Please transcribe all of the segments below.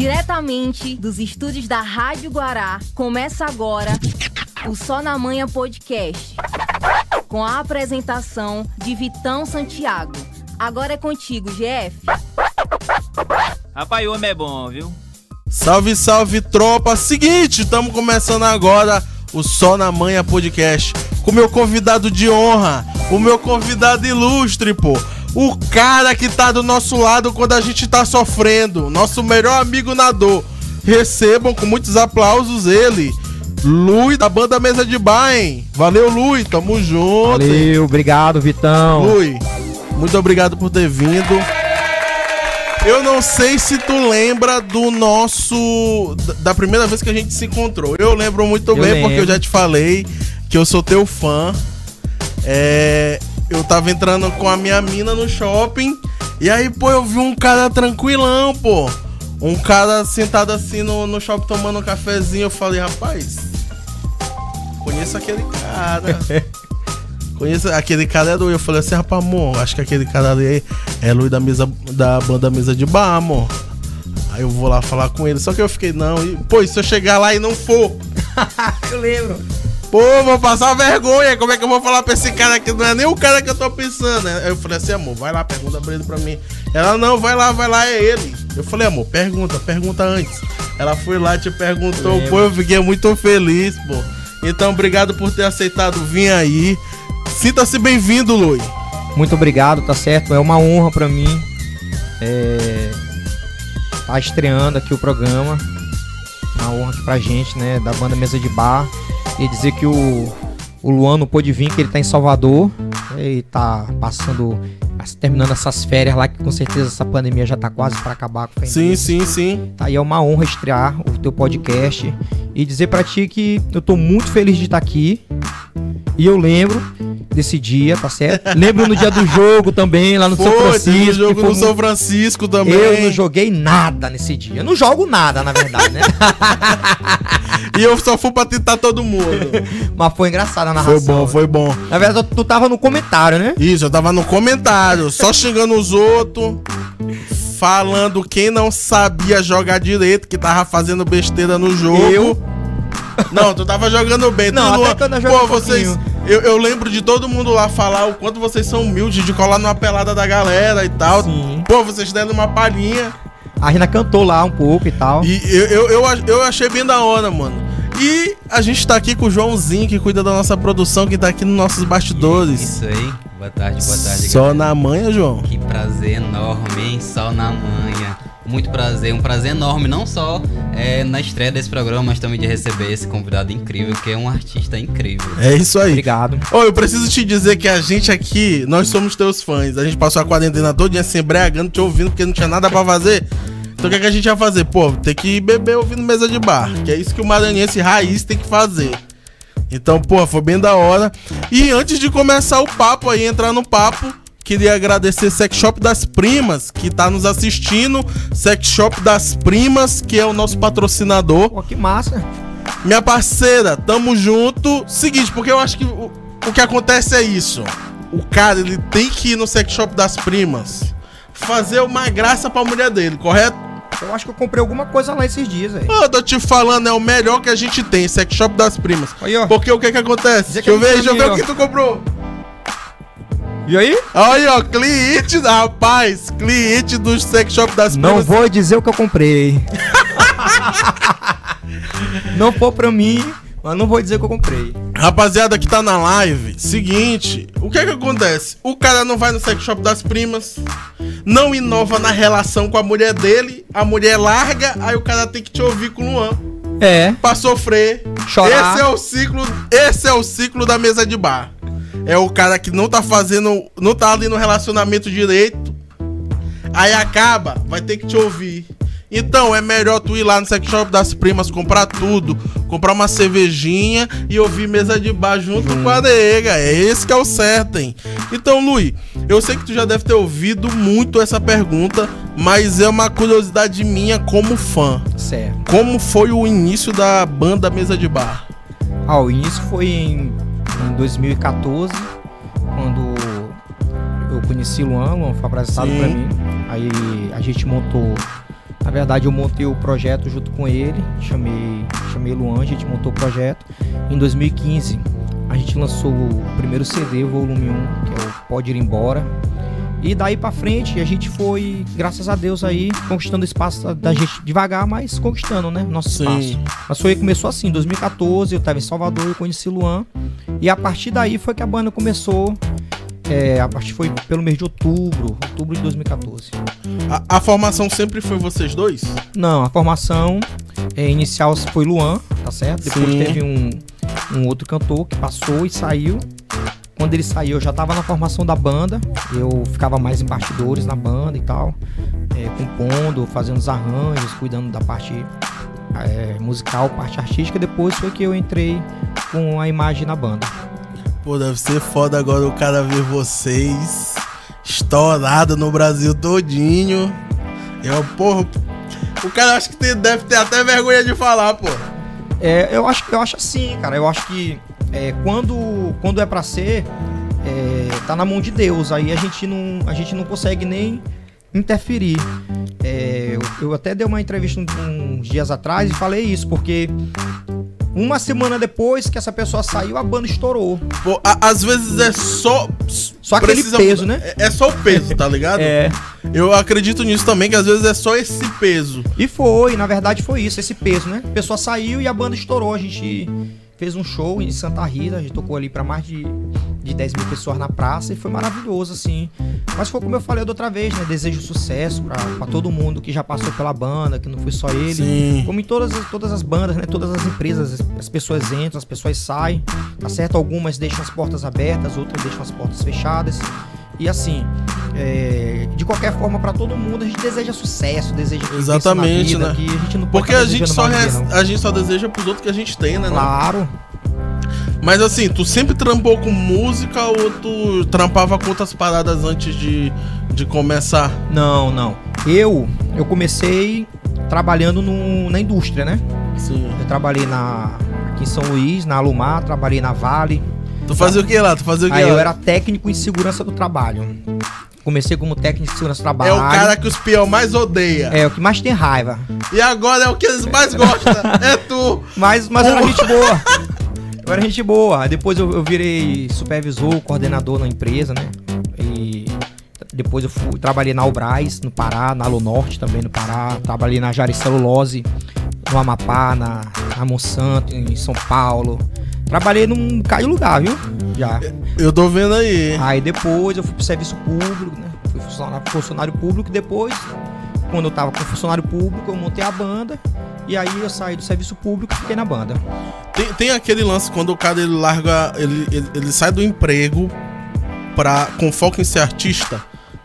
Diretamente dos estúdios da Rádio Guará, começa agora o Só na Manhã Podcast, com a apresentação de Vitão Santiago. Agora é contigo, GF. Rapaz, o homem é bom, viu? Salve, salve, tropa! Seguinte, estamos começando agora o Só na Manhã Podcast com o meu convidado de honra, o meu convidado ilustre, pô. O cara que tá do nosso lado quando a gente tá sofrendo, nosso melhor amigo na dor. Recebam com muitos aplausos ele, Lui, da banda Mesa de Bar, hein? Valeu, Lui, tamo junto. Valeu, obrigado, Vitão. Lui, muito obrigado por ter vindo. Eu não sei se tu lembra do nosso... da primeira vez que a gente se encontrou. Eu lembro muito bem, porque eu já te falei que eu sou teu fã. Eu tava entrando com a minha mina no shopping. E aí, pô, eu vi um cara tranquilão, pô. Um cara sentado assim no shopping tomando um cafezinho. Eu falei, rapaz, conheço aquele cara. Aquele cara é Lui. Eu falei assim, rapaz, amor, acho que aquele cara ali é Lui da banda Mesa de Bar, amor. Aí eu vou lá falar com ele. Só que eu fiquei, não. E, pô, e se eu chegar lá e não for? Eu lembro. Pô, vou passar vergonha. Como é que eu vou falar pra esse cara que não é nem o cara que eu tô pensando, né? Aí eu falei assim, amor, vai lá, pergunta pra ele pra mim. Ela, não, vai lá, é ele. Eu falei, amor, pergunta antes. Ela foi lá, te perguntou. Pô, eu fiquei muito feliz, pô. Então, obrigado por ter aceitado vir aí. Sinta-se bem-vindo, Lui. Muito obrigado, tá certo? É uma honra pra mim tá estreando aqui o programa. Uma honra aqui pra gente, né? Da banda Mesa de Bar. E dizer que o Luan não pôde vir, que ele tá em Salvador. E tá terminando essas férias lá, que com certeza essa pandemia já tá quase pra acabar. Sim. Tá, e é uma honra estrear o teu podcast. E dizer pra ti que eu tô muito feliz de estar aqui. E eu lembro desse dia, tá certo? Lembro no dia do jogo também, lá no São Francisco. Teve jogo no São Francisco também. Eu não joguei nada nesse dia. Eu não jogo nada, na verdade, né? E eu só fui pra tentar todo mundo. Mas foi engraçado a narração. Foi bom. Na verdade, tu tava no comentário, né? Isso, eu tava no comentário, só xingando os outros, falando quem não sabia jogar direito, que tava fazendo besteira no jogo. Não, tu tava jogando bem. Não, até quando eu jogo vocês... Eu lembro de todo mundo lá falar o quanto vocês são humildes de colar numa pelada da galera e tal. Sim. Pô, vocês deram uma palhinha. A Rina cantou lá um pouco e tal. E eu achei bem da hora, mano. E a gente tá aqui com o Joãozinho, que cuida da nossa produção, que tá aqui nos nossos bastidores. Isso aí. Boa tarde. Só galera. Na manhã, João? Que prazer enorme, hein? Só na manhã. Muito prazer, um prazer enorme, não só na estreia desse programa, mas também de receber esse convidado incrível, que é um artista incrível. É isso aí. Obrigado. Eu preciso te dizer que a gente aqui, nós somos teus fãs. A gente passou a quarentena toda se embriagando, te ouvindo, porque não tinha nada pra fazer. Então o que a gente ia fazer? Pô, tem que beber ouvindo Mesa de Bar, que é isso que o maranhense raiz tem que fazer. Então, pô, foi bem da hora. E antes de começar o papo aí, entrar no papo, queria agradecer Sex Shop das Primas, que tá nos assistindo. Sex Shop das Primas, que é o nosso patrocinador. Pô, que massa. Minha parceira, tamo junto. Seguinte, porque eu acho que o que acontece é isso. O cara, ele tem que ir no Sex Shop das Primas, fazer uma graça pra mulher dele, correto? Eu acho que eu comprei alguma coisa lá esses dias aí. Eu tô te falando, é o melhor que a gente tem, Sex Shop das Primas. Aí, ó. Porque o que acontece? Deixa eu ver o que tu comprou. E aí? Olha, ó, cliente do Sex Shop das Primas. Não vou dizer o que eu comprei. Não for pra mim, mas não vou dizer o que eu comprei. Rapaziada que tá na live, seguinte, o que acontece? O cara não vai no Sex Shop das Primas, não inova na relação com a mulher dele, a mulher larga, aí o cara tem que te ouvir com o Luan. Pra sofrer. Chorar. Esse é o ciclo da Mesa de Bar. É o cara que não tá ali no relacionamento direito. Aí acaba, vai ter que te ouvir. Então é melhor tu ir lá no Sex Shop das Primas, comprar tudo, comprar uma cervejinha e ouvir Mesa de Bar junto com a nega. É esse que é o certo, hein? Então, Lui, eu sei que tu já deve ter ouvido muito essa pergunta, mas é uma curiosidade minha como fã. Certo. Como foi o início da banda Mesa de Bar? O início foi em 2014, quando eu conheci o Luan foi abraçado pra mim. Aí a gente montou Na verdade, eu montei o projeto junto com ele, chamei Luan, a gente montou o projeto. Em 2015, a gente lançou o primeiro CD, o volume 1, que é o Pode Ir Embora. E daí pra frente, a gente foi, graças a Deus, aí, conquistando o espaço da gente devagar, mas conquistando, né, nosso espaço. Mas foi, começou assim, em 2014, eu tava em Salvador, eu conheci Luan. E a partir daí foi que a banda começou, a partir foi pelo mês de outubro de 2014. A formação sempre foi vocês dois? Não, a formação inicial foi Luan, tá certo? Depois teve um outro cantor que passou e saiu. Quando ele saiu, eu já tava na formação da banda. Eu ficava mais em bastidores na banda e tal, compondo, fazendo os arranjos, cuidando da parte musical, parte artística. Depois foi que eu entrei com a imagem na banda. Pô, deve ser foda agora o cara ver vocês estourado no Brasil todinho. Porra, o cara acho que deve ter até vergonha de falar, pô. Eu acho assim, cara. Eu acho que quando é pra ser, tá na mão de Deus. Aí a gente não consegue nem interferir. Eu até dei uma entrevista uns dias atrás e falei isso, porque uma semana depois que essa pessoa saiu, a banda estourou. Pô, às vezes é só aquele peso, né? É só o peso, tá ligado? Eu acredito nisso também, que às vezes é só esse peso. E na verdade foi isso, esse peso, né? A pessoa saiu e a banda estourou. A gente fez um show em Santa Rita, a gente tocou ali pra mais de 10 mil pessoas na praça e foi maravilhoso, assim. Mas foi como eu falei da outra vez, né? Desejo sucesso pra todo mundo que já passou pela banda, que não foi só ele. Sim. Como em todas as bandas, né? Todas as empresas, as pessoas entram, as pessoas saem, tá certo? Algumas deixam as portas abertas, outras deixam as portas fechadas. E assim, de qualquer forma, pra todo mundo, a gente deseja sucesso, deseja que exatamente, vida, né? Que a gente não pode porque a gente só deseja pros outros que a gente tem, né? Claro. Mas assim, tu sempre trampou com música ou tu trampava com outras paradas antes de começar? Não. Eu comecei trabalhando na indústria, né? Sim. Eu trabalhei aqui em São Luís, na Alumar, trabalhei na Vale. Tu fazia o que lá? Aí eu era técnico em segurança do trabalho. Comecei como técnico de segurança do trabalho. É o cara que os peão mais odeia. É o que mais tem raiva. E agora é o que eles mais gostam. É tu. Mas era gente boa. Eu era gente boa. Depois eu virei supervisor, coordenador na empresa, né? E depois eu trabalhei na Albras, no Pará, na Alunorte também, no Pará. Trabalhei na Jari Celulose, no Amapá, na Monsanto, em São Paulo. Trabalhei num bocado de lugar, viu? Já. Eu tô vendo aí. Aí depois eu fui pro serviço público, né? Fui funcionário público. Depois, quando eu tava com funcionário público, eu montei a banda. E aí eu saí do serviço público e fiquei na banda. Tem aquele lance quando o cara ele larga, ele sai do emprego com foco em ser artista.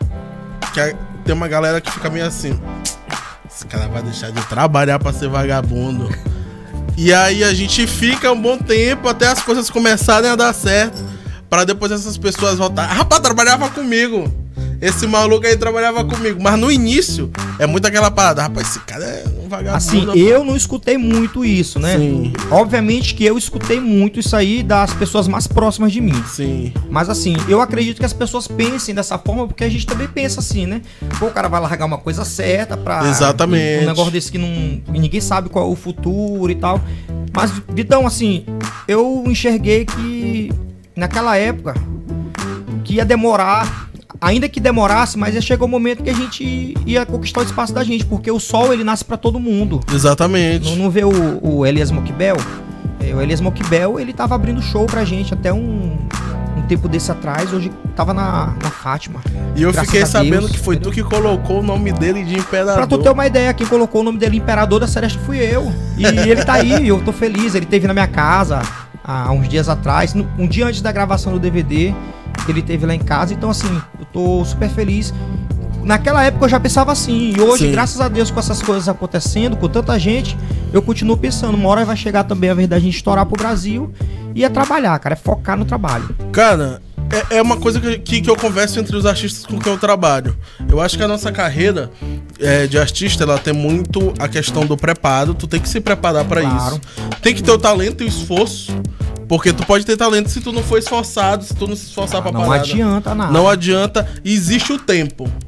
Que tem uma galera que fica meio assim: esse cara vai deixar de trabalhar pra ser vagabundo. E aí a gente fica um bom tempo até as coisas começarem a dar certo, pra depois essas pessoas voltarem. Rapaz, trabalhava comigo. Esse maluco aí trabalhava comigo. Mas no início, é muito aquela parada. Rapaz, esse cara é um vagabundo. Assim, eu não escutei muito isso, né? Sim. Obviamente que eu escutei muito isso aí das pessoas mais próximas de mim. Sim. Mas assim, eu acredito que as pessoas pensem dessa forma, porque a gente também pensa assim, né? Pô, o cara vai largar uma coisa certa pra... Exatamente. Um negócio desse que ninguém sabe qual é o futuro e tal. Mas, Vitão, assim, eu enxerguei que naquela época que ia demorar... Ainda que demorasse, mas ia chegar o momento que a gente ia conquistar o espaço da gente, porque o sol, ele nasce pra todo mundo. Exatamente. Não vê o Elias Moquibel? O Elias Moquibel, ele tava abrindo show pra gente até um tempo desse atrás. Hoje tava na Fátima. E eu fiquei sabendo Deus, que foi entendeu? tu que colocou o nome dele de Imperador. Pra tu ter uma ideia, quem colocou o nome dele Imperador da Seresta fui eu. E ele tá aí, eu tô feliz. Ele esteve na minha casa há uns dias atrás, um dia antes da gravação do DVD. Ele teve lá em casa, então assim, eu tô super feliz. Naquela época eu já pensava assim, e hoje, Sim. graças a Deus, com essas coisas acontecendo, com tanta gente, eu continuo pensando, uma hora vai chegar também a vez da gente estourar pro Brasil e é trabalhar, cara, é focar no trabalho. Cara, é uma coisa que eu converso entre os artistas com quem eu trabalho. Eu acho que a nossa carreira de artista, ela tem muito a questão do preparo, tu tem que se preparar pra isso. Tem que ter o talento e o esforço. Porque tu pode ter talento se tu não for esforçado, se tu não se esforçar pra parada. Não adianta nada. Não adianta. E existe o tempo.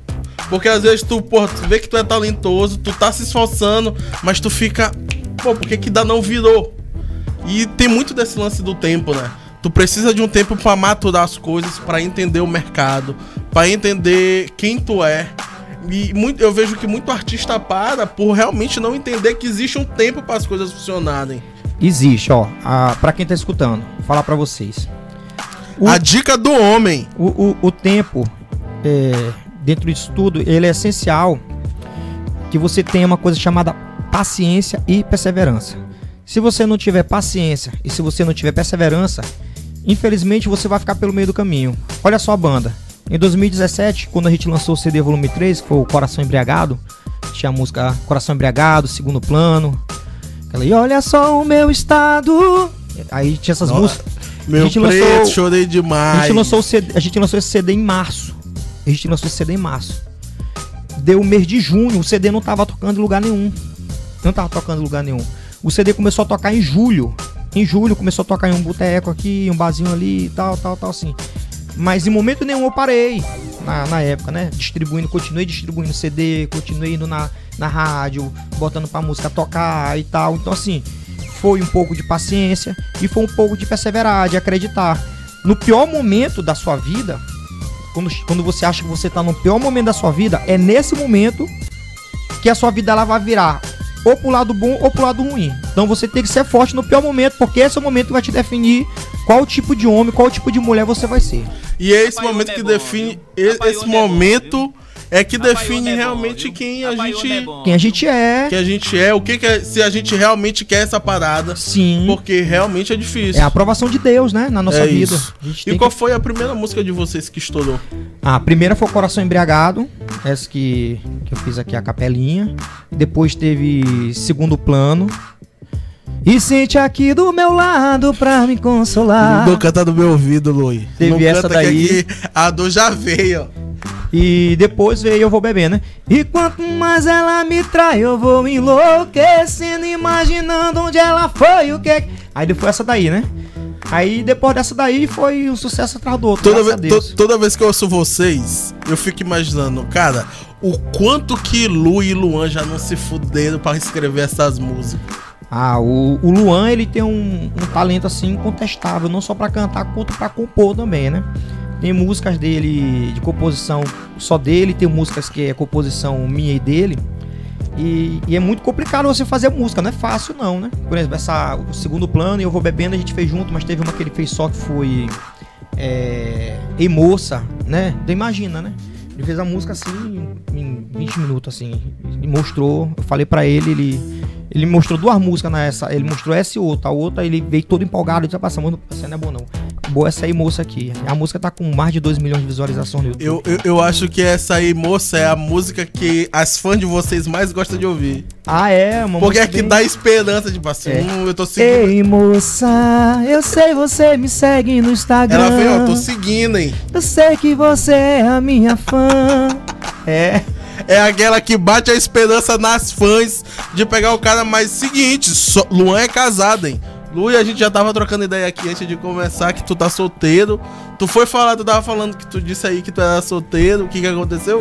Porque às vezes tu vê que tu é talentoso, tu tá se esforçando, mas tu fica, por que ainda não virou? E tem muito desse lance do tempo, né? Tu precisa de um tempo pra maturar as coisas, pra entender o mercado, pra entender quem tu é. E eu vejo que muito artista para por realmente não entender que existe um tempo para as coisas funcionarem. Existe, ó. Pra quem tá escutando, vou falar pra vocês. A dica do homem. O tempo, dentro disso tudo, ele é essencial que você tenha uma coisa chamada paciência e perseverança. Se você não tiver paciência e se você não tiver perseverança, infelizmente você vai ficar pelo meio do caminho. Olha só a banda. Em 2017, quando a gente lançou o CD Volume 3, que foi o Coração Embriagado, tinha a música Coração Embriagado, Segundo Plano, aquela, e olha só o meu estado. Aí tinha essas músicas. Meu preto, chorei demais. A gente lançou esse CD em março. Deu o mês de junho, o CD não tava tocando em lugar nenhum. O CD começou a tocar em julho. Em julho começou a tocar em um boteco aqui, um barzinho ali e tal, assim. Mas em momento nenhum eu parei na época, né? Continuei distribuindo CD, continuei indo na rádio, botando pra música tocar e tal. Então assim, foi um pouco de paciência e foi um pouco de perseverar, de acreditar. No pior momento da sua vida, quando você acha que você tá no pior momento da sua vida, é nesse momento que a sua vida ela vai virar ou pro lado bom ou pro lado ruim. Então você tem que ser forte no pior momento, porque esse é o momento que vai te definir qual tipo de homem, qual tipo de mulher você vai ser. E é esse momento que define, esse momento é que define realmente quem a gente é, o que se a gente realmente quer essa parada. Sim. Porque realmente é difícil. É a aprovação de Deus, né, na nossa vida. E qual foi a primeira música de vocês que estourou? A primeira foi Coração Embriagado, essa que eu fiz aqui a capelinha. Depois teve Segundo Plano. E sente aqui do meu lado pra me consolar. Não canta do meu ouvido, Lui. Teve essa daí. A dor já veio, ó. E depois veio Eu Vou Beber, né? E quanto mais ela me trai, eu vou enlouquecendo, imaginando onde ela foi, o que... Aí depois essa daí, né? Aí depois dessa daí foi um sucesso atrás do outro. Toda vez que eu ouço vocês, eu fico imaginando, cara, o quanto que Lu e Luan já não se fuderam pra escrever essas músicas. O Luan, ele tem um talento assim incontestável, não só pra cantar, quanto pra compor também, né? Tem músicas dele de composição só dele, tem músicas que é composição minha e dele. E é muito complicado você fazer música, não é fácil não, né? Por exemplo, o Segundo Plano e Eu Vou Bebendo a gente fez junto, mas teve uma que ele fez só que foi Ei Moça, né? Então imagina, né? Ele fez a música assim em 20 minutos, assim. Ele mostrou, eu falei pra ele mostrou duas músicas nessa. Ele mostrou essa e outra. A outra ele veio todo empolgado e disse: essa não é boa não. Boa essa aí, moça aqui. A música tá com mais de 2 milhões de visualizações no YouTube. Eu acho que essa aí, moça, é a música que as fãs de vocês mais gostam de ouvir. É? Porque é que dá esperança, tipo assim, eu tô seguindo. Ei, moça, eu sei você me segue no Instagram. Ela veio, eu tô seguindo, hein? Eu sei que você é a minha fã. É aquela que bate a esperança nas fãs de pegar o cara, mas seguinte, Luan é casado, hein? Lu, e a gente já tava trocando ideia aqui antes de começar, que tu tá solteiro. Tu tava falando que tu disse aí que tu era solteiro. O que aconteceu?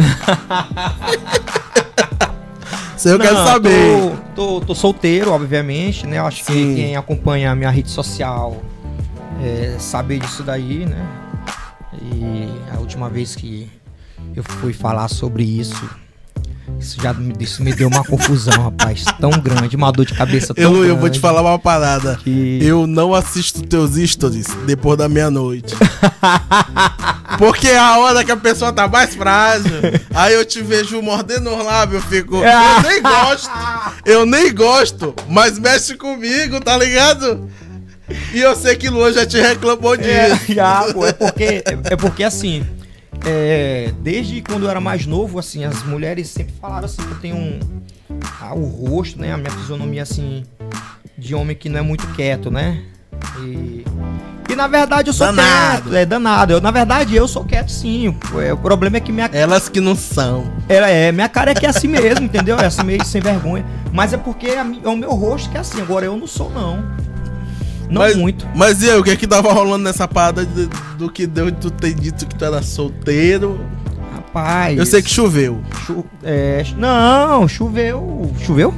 Eu quero saber. Tô solteiro, obviamente, né? Eu acho que quem acompanha a minha rede social sabe disso daí, né? E a última vez que eu fui falar sobre isso me deu uma confusão, rapaz, tão grande, uma dor de cabeça tão grande. Eu vou te falar uma parada. Eu não assisto teus stories depois da meia-noite. Porque é a hora que a pessoa tá mais frágil. Aí eu te vejo mordendo os lábios, eu fico... Eu nem gosto, mas mexe comigo, tá ligado? E eu sei que Luan já te reclamou disso. É porque assim... desde quando eu era mais novo, assim, as mulheres sempre falaram assim que eu tenho o rosto, né, a minha fisionomia assim de homem que não é muito quieto, né? E na verdade eu sou danado. Quieto, danado. Na verdade eu sou quieto sim. O problema é que elas que não são. Minha cara é que é assim mesmo, entendeu? É assim meio sem vergonha. Mas é porque é o meu rosto que é assim. Agora eu não sou não. Muito. Mas e aí, o que é que tava rolando nessa parada do que deu de tu ter dito que tu era solteiro? Rapaz. Eu sei que choveu. Não, choveu. Choveu?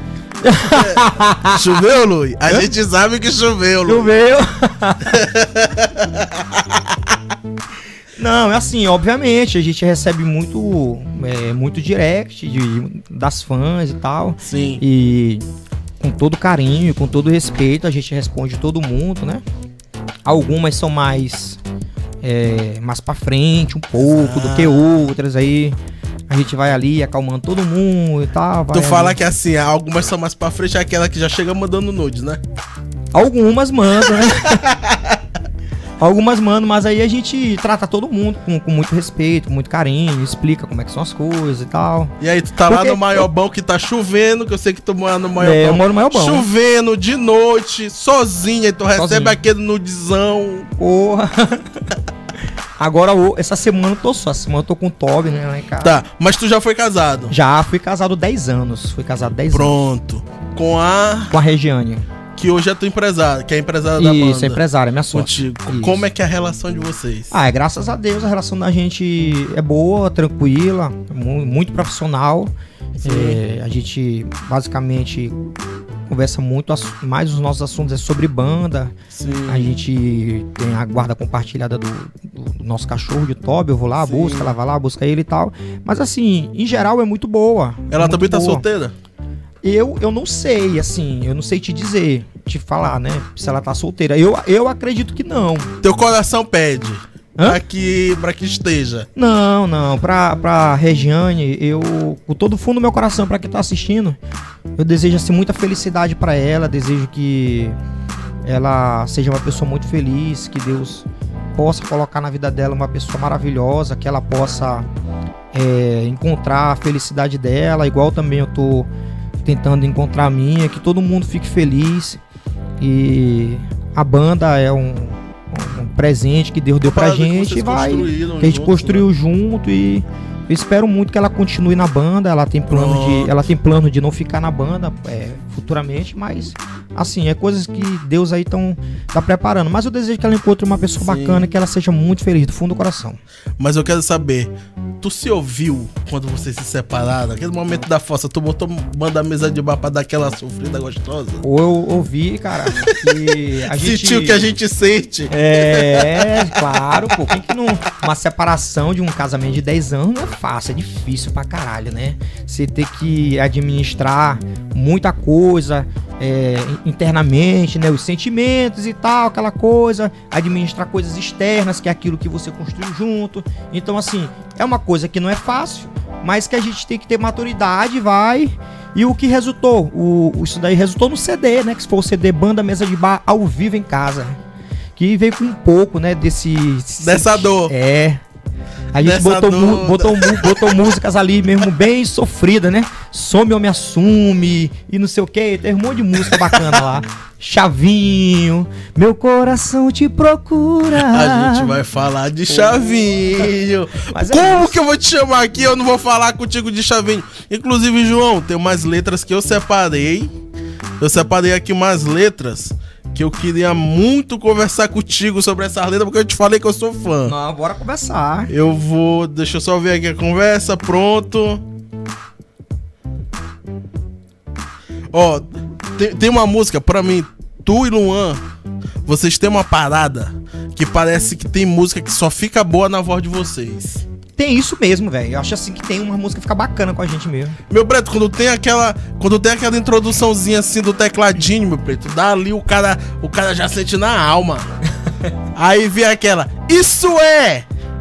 Choveu, Luiz? A gente sabe que choveu, Luiz. Choveu. Não, é assim, obviamente, a gente recebe muito direct das fãs e tal. Sim. E com todo carinho, com todo respeito, a gente responde todo mundo, né? Algumas são mais pra frente um pouco do que outras, aí a gente vai ali acalmando todo mundo e tal. Tu fala que assim, algumas são mais pra frente, é aquela que já chega mandando nudes, né? Algumas mandam, né? Algumas mandam, mas aí a gente trata todo mundo com muito respeito, com muito carinho, explica como é que são as coisas e tal. E aí tu tá lá no Maiobão que tá chovendo, que eu sei que tu mora no Maiobão. Eu moro no Maiobão. Chovendo, de noite, sozinha, e tu recebe aquele nudizão. Porra. Agora, essa semana eu tô só, essa semana eu tô com o Toby, né, lá em casa. Tá, mas tu já foi casado? Já, fui casado 10 anos, Pronto. Com a Regiane. Que hoje é tua empresária, que é a empresária da banda. Isso, é empresária, minha sócia. Contigo. Como é que é a relação de vocês? Graças a Deus a relação da gente é boa, tranquila, muito profissional. A gente basicamente conversa muito, mais os nossos assuntos é sobre banda. Sim. A gente tem a guarda compartilhada do nosso cachorro de Toby, eu vou lá, busco, ela vai lá, busca ele e tal. Mas assim, em geral é muito boa. Ela também tá solteira? Eu não sei, assim, eu não sei te falar, né, se ela tá solteira. Eu acredito que não. Teu coração pede pra que esteja. Não, pra Regiane, com todo o fundo do meu coração, pra quem tá assistindo, eu desejo, assim, muita felicidade pra ela, desejo que ela seja uma pessoa muito feliz, que Deus possa colocar na vida dela uma pessoa maravilhosa, que ela possa encontrar a felicidade dela, igual também eu tô tentando encontrar a minha, que todo mundo fique feliz. E a banda é um presente que Deus deu pra gente, que a gente construiu junto, e eu espero muito que ela continue na banda. Ela tem plano de não ficar na banda futuramente, mas assim, é coisas que Deus aí tá preparando. Mas eu desejo que ela encontre uma pessoa bacana, que ela seja muito feliz do fundo do coração. Mas eu quero saber, tu se ouviu quando vocês se separaram? Aquele momento da fossa, tu botou banda mesa de bar pra dar aquela sofrida gostosa? Ou eu ouvi, cara, que a gente... Sentiu o que a gente sente. Claro, pô. Quem que não... Uma separação de um casamento de 10 anos não é fácil, é difícil pra caralho, né? Você ter que administrar muita coisa internamente, né? Os sentimentos e tal, aquela coisa. Administrar coisas externas, que é aquilo que você construiu junto. Então, assim, é uma coisa que não é fácil, mas que a gente tem que ter maturidade, E o que resultou? Isso daí resultou no CD, né? Que foi o CD Banda Mesa de Bar ao vivo em casa. Que veio com um pouco, né? Dessa dor. A gente botou músicas ali mesmo bem sofridas, né? Some ou me assume e não sei o que. Tem um monte de música bacana lá. Chavinho, meu coração te procura. A gente vai falar de Chavinho. Mas como que eu vou te chamar aqui? Eu não vou falar contigo de Chavinho. Inclusive, João, tem umas letras que eu separei. Eu separei aqui umas letras que eu queria muito conversar contigo sobre essas letras, porque eu te falei que eu sou fã. Não, bora conversar. Deixa eu só ver aqui a conversa, pronto. Ó, tem uma música, pra mim, tu e Luan, vocês têm uma parada que parece que tem música que só fica boa na voz de vocês. Tem isso mesmo, velho. Eu acho assim que tem uma música que fica bacana com a gente mesmo. Meu preto, quando tem aquela introduçãozinha assim do tecladinho, meu preto, dá ali o cara já sente na alma. Aí vem aquela, isso é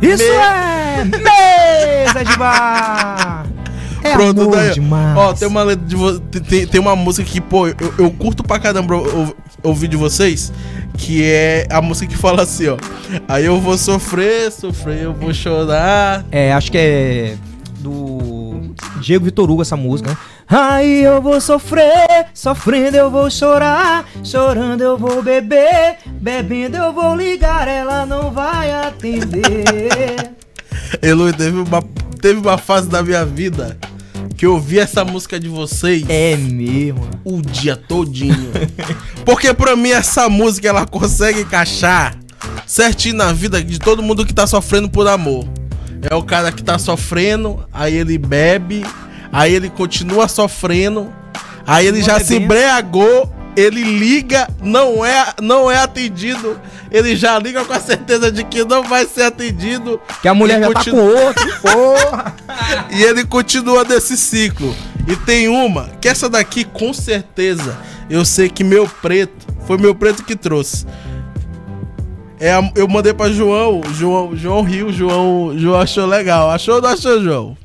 mesa de bar. Pronto, daí, ó, tem uma letra tem uma música que, pô, eu curto pra caramba ouvir de vocês, que é a música que fala assim, ó. Aí eu vou sofrer, eu vou chorar. Acho que é do Diego Vitor Hugo essa música, né? Aí eu vou sofrer, sofrendo eu vou chorar, chorando eu vou beber, bebendo eu vou ligar, ela não vai atender. Elu, teve uma fase da minha vida que eu ouvi essa música de vocês. É mesmo? O dia todinho. Porque pra mim essa música, ela consegue encaixar certinho na vida de todo mundo que tá sofrendo por amor. É o cara que tá sofrendo, aí ele bebe, aí ele continua sofrendo, aí ele já se embriagou, ele liga, não é atendido, ele já liga com a certeza de que não vai ser atendido. Que a mulher já tá com outro, porra. E ele continua desse ciclo. E tem uma, que essa daqui com certeza, eu sei que foi meu preto que trouxe. Eu mandei pra João riu, João achou legal. Achou ou não achou, João?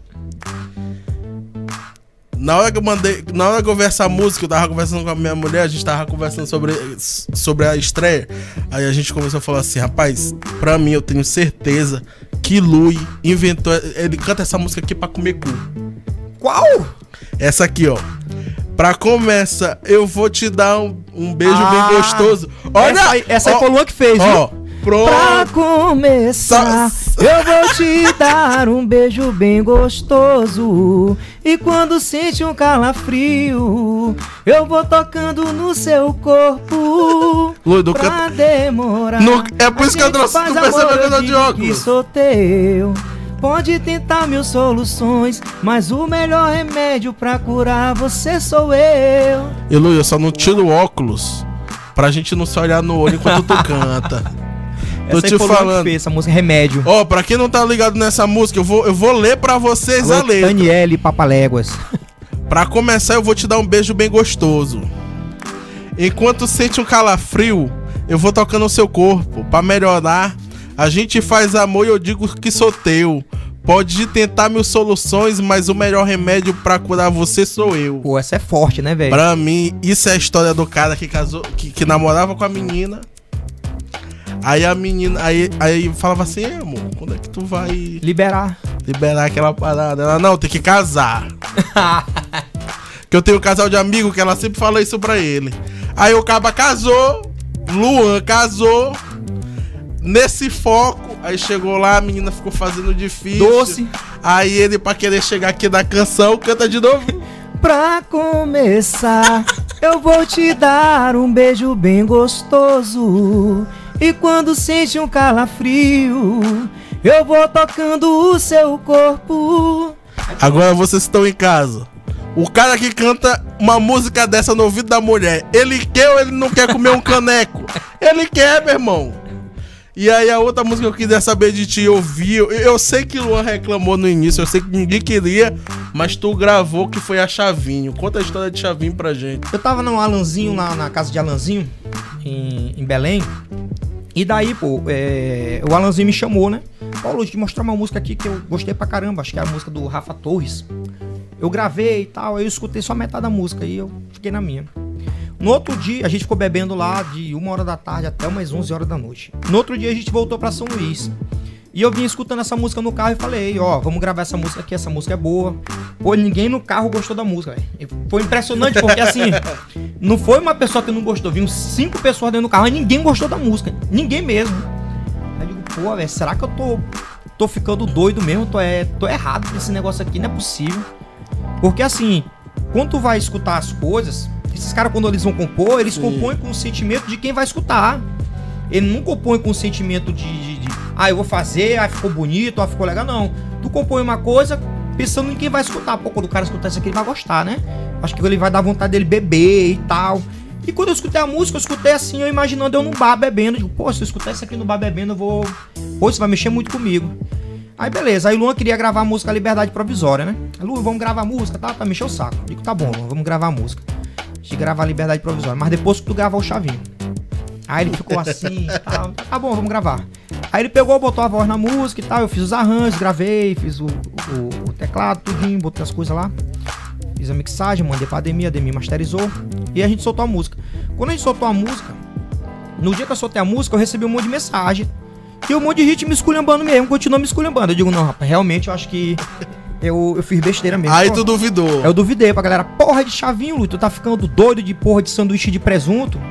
Na hora que eu vi essa música, eu tava conversando com a minha mulher, a gente tava conversando sobre a estreia. Aí a gente começou a falar assim, rapaz, pra mim eu tenho certeza que Lui inventou, ele canta essa música aqui pra comer cu. Qual? Essa aqui, ó. Pra começar, eu vou te dar um beijo bem gostoso. Olha! Essa aí foi o Luan que fez, ó. Viu? Pronto. Pra começar, eu vou te dar um beijo bem gostoso. E quando sente um calafrio, eu vou tocando no seu corpo. Luido, pra demorar. É por isso que eu trouxe. Tu percebeu que eu tô de óculos? Que sou teu. Pode tentar mil soluções, mas o melhor remédio pra curar você sou eu. E Lu, eu só não tiro o óculos pra gente não se olhar no olho enquanto tu canta. Tô te falando. Essa música Remédio. Ó, pra quem não tá ligado nessa música, eu vou ler pra vocês a letra. Daniele Papaléguas. Pra começar, eu vou te dar um beijo bem gostoso. Enquanto sente um calafrio, eu vou tocando o seu corpo. Pra melhorar, a gente faz amor e eu digo que sou teu. Pode tentar mil soluções, mas o melhor remédio pra curar você sou eu. Pô, essa é forte, né, velho? Pra mim, isso é a história do cara que casou, que namorava com a menina. Aí a menina, aí falava assim, amor, quando é que tu vai liberar aquela parada? Ela, não, tem que casar. Que eu tenho um casal de amigo que ela sempre fala isso pra ele. Aí o cara casou, Luan casou, nesse foco, aí chegou lá, a menina ficou fazendo difícil. Doce. Aí ele, pra querer chegar aqui na canção, canta de novo. Pra começar, eu vou te dar um beijo bem gostoso. E quando sente um calafrio, eu vou tocando o seu corpo. Agora vocês estão em casa. O cara que canta uma música dessa no ouvido da mulher, ele quer ou ele não quer comer um caneco? Ele quer, meu irmão. E aí a outra música que eu queria saber de ti, eu vi. Eu sei que Luan reclamou no início, eu sei que ninguém queria, mas tu gravou que foi a Chavinho. Conta a história de Chavinho pra gente. Eu tava no Alanzinho, lá na casa de Alanzinho, em Belém. E daí, pô, o Alanzinho me chamou, né? Paulo, de mostrar uma música aqui que eu gostei pra caramba. Acho que é a música do Rafa Torres. Eu gravei e tal, eu escutei só metade da música e eu fiquei na minha. No outro dia, a gente ficou bebendo lá de 1h da tarde até umas 11 horas da noite. No outro dia, a gente voltou pra São Luís. E eu vim escutando essa música no carro e falei, ó, vamos gravar essa música aqui, essa música é boa. Pô, ninguém no carro gostou da música, velho. Foi impressionante, porque assim, não foi uma pessoa que não gostou, vinham 5 pessoas dentro do carro e ninguém gostou da música. Ninguém mesmo. Aí eu digo, pô, velho, será que eu tô ficando doido mesmo? Tô errado nesse negócio aqui, não é possível. Porque assim, quando tu vai escutar as coisas, esses caras quando eles vão compor, eles compõem com o sentimento de quem vai escutar. Ele não compõe com o sentimento de eu vou fazer, ficou bonito, ficou legal, não. Tu compõe uma coisa pensando em quem vai escutar. Pô, quando o cara escutar isso aqui, ele vai gostar, né? Acho que ele vai dar vontade dele beber e tal. E quando eu escutei a música, eu escutei assim, eu imaginando eu no bar bebendo. Digo, pô, se eu escutar isso aqui no bar bebendo, eu vou... Pô, isso vai mexer muito comigo. Aí beleza, aí o Luan queria gravar a música Liberdade Provisória, né? Luan, vamos gravar a música, tá? Pra mexer o saco. Digo, tá bom, Luan, vamos gravar a música. A gente gravar a Liberdade Provisória, mas depois que tu gravar o Chavinho. Aí ele ficou assim e tal. Tá bom, vamos gravar. Aí ele pegou, botou a voz na música e tal. Eu fiz os arranjos, gravei, fiz o teclado, tudinho, botei as coisas lá. Fiz a mixagem, mandei pra Ademir masterizou. E a gente soltou a música. Quando a gente soltou a música, no dia que eu soltei a música, eu recebi um monte de mensagem. E um monte de gente me esculhambando mesmo, continuou me esculhambando. Eu digo, não, rapaz, realmente eu acho que eu fiz besteira mesmo. Aí tu duvidou. Eu duvidei pra galera. Porra de Chavinho, Lu, tu tá ficando doido de porra de sanduíche de presunto?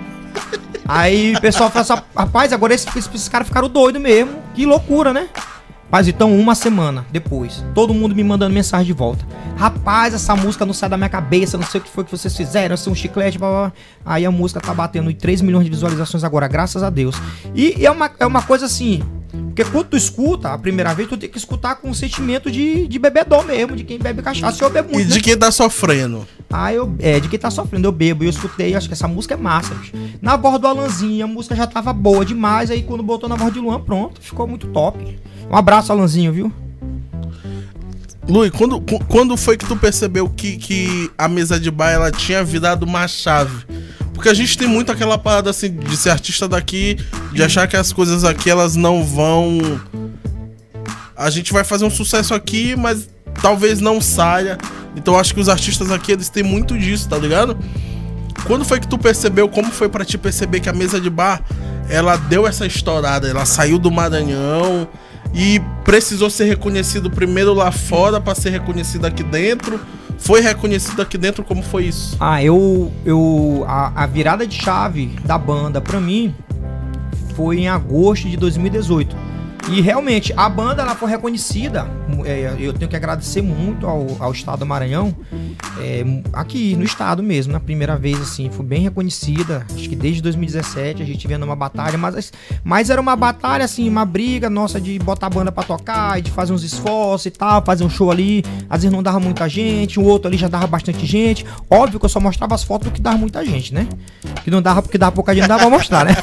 Aí o pessoal fala assim, rapaz, agora esses caras ficaram doidos mesmo. Que loucura, né? Mas então, uma semana depois, todo mundo me mandando mensagem de volta. Rapaz, essa música não sai da minha cabeça, não sei o que foi que vocês fizeram, assim, um chiclete, blá, blá. Aí a música tá batendo em 3 milhões de visualizações agora, graças a Deus. E é uma coisa assim, Porque quando tu escuta, a primeira vez, tu tem que escutar com um sentimento de bebedor mesmo, de quem bebe cachaça. Eu bebo muito, E de quem tá sofrendo. De quem tá sofrendo, eu bebo. E eu escutei, acho que essa música é massa, bicho. Na voz do Alanzinho, a música já tava boa demais. Aí quando botou na voz de Luan, pronto, ficou muito top. Um abraço, Alanzinho, viu? Luiz, quando foi que tu percebeu que a mesa de bar ela tinha virado uma chave? Porque a gente tem muito aquela parada assim de ser artista daqui, de achar que as coisas aqui elas não vão. A gente vai fazer um sucesso aqui, mas talvez não saia. Então eu acho que os artistas aqui eles têm muito disso, tá ligado? Quando foi que tu percebeu, como foi pra ti perceber que a mesa de bar ela deu essa estourada, ela saiu do Maranhão e precisou ser reconhecido primeiro lá fora pra ser reconhecido aqui dentro? Foi reconhecido aqui dentro, como foi isso? A virada de chave da banda pra mim foi em agosto de 2018. E realmente, a banda ela foi reconhecida. Eu tenho que agradecer muito ao estado do Maranhão. Aqui no estado mesmo, na primeira vez, assim, foi bem reconhecida. Acho que desde 2017 a gente vendo uma batalha, mas era uma batalha, assim, uma briga nossa de botar a banda pra tocar e de fazer uns esforços e tal, fazer um show ali. Às vezes não dava muita gente, o outro ali já dava bastante gente. Óbvio que eu só mostrava as fotos do que dava muita gente, né? Que não dava, porque dava pouca gente, não dava pra mostrar, né?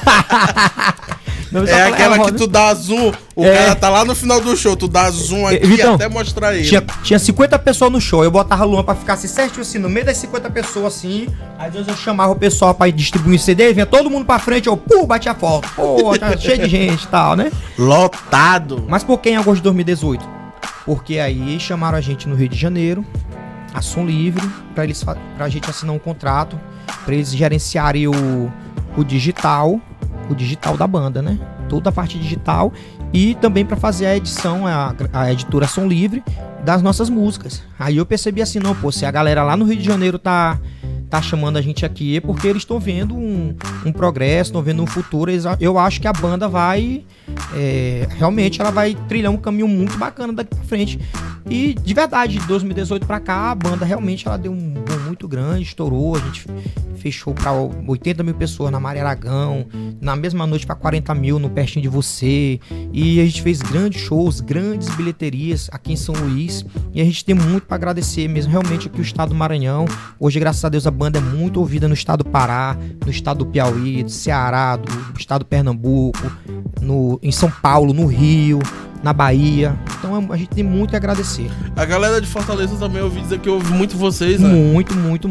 É aquela que tu dá zoom, o cara tá lá no final do show, tu dá zoom aqui Vitão, até mostrar ele. Tinha 50 pessoas no show, eu botava a Luan pra ficar assim certinho assim, no meio das 50 pessoas assim, às vezes eu chamava o pessoal pra distribuir CD, vinha todo mundo pra frente, eu batia foto, tá cheio de gente e tal, né? Lotado. Mas por que em agosto de 2018? Porque aí chamaram a gente no Rio de Janeiro, a Som Livre, pra gente assinar um contrato, pra eles gerenciarem o digital da banda, né? Toda a parte digital e também para fazer a edição, a editora Som Livre das nossas músicas. Aí eu percebi assim, não, pô, se a galera lá no Rio de Janeiro tá chamando a gente aqui é porque eles estão vendo um progresso, estão vendo um futuro. Eu acho que a banda vai realmente ela vai trilhar um caminho muito bacana daqui pra frente. E de verdade, de 2018 pra cá, a banda realmente ela deu um boom muito grande, estourou. A gente fechou pra 80 mil pessoas na Maria Aragão, na mesma noite pra 40 mil no Pertinho de Você. E a gente fez grandes shows, grandes bilheterias aqui em São Luís. E a gente tem muito pra agradecer mesmo, realmente, aqui o estado do Maranhão. Hoje, graças a Deus, a banda é muito ouvida no estado do Pará, no estado do Piauí, do Ceará, do estado do Pernambuco, em São Paulo, no Rio, na Bahia. Então a gente tem muito que agradecer. A galera de Fortaleza também ouvi dizer que ouve muito vocês, né? Muito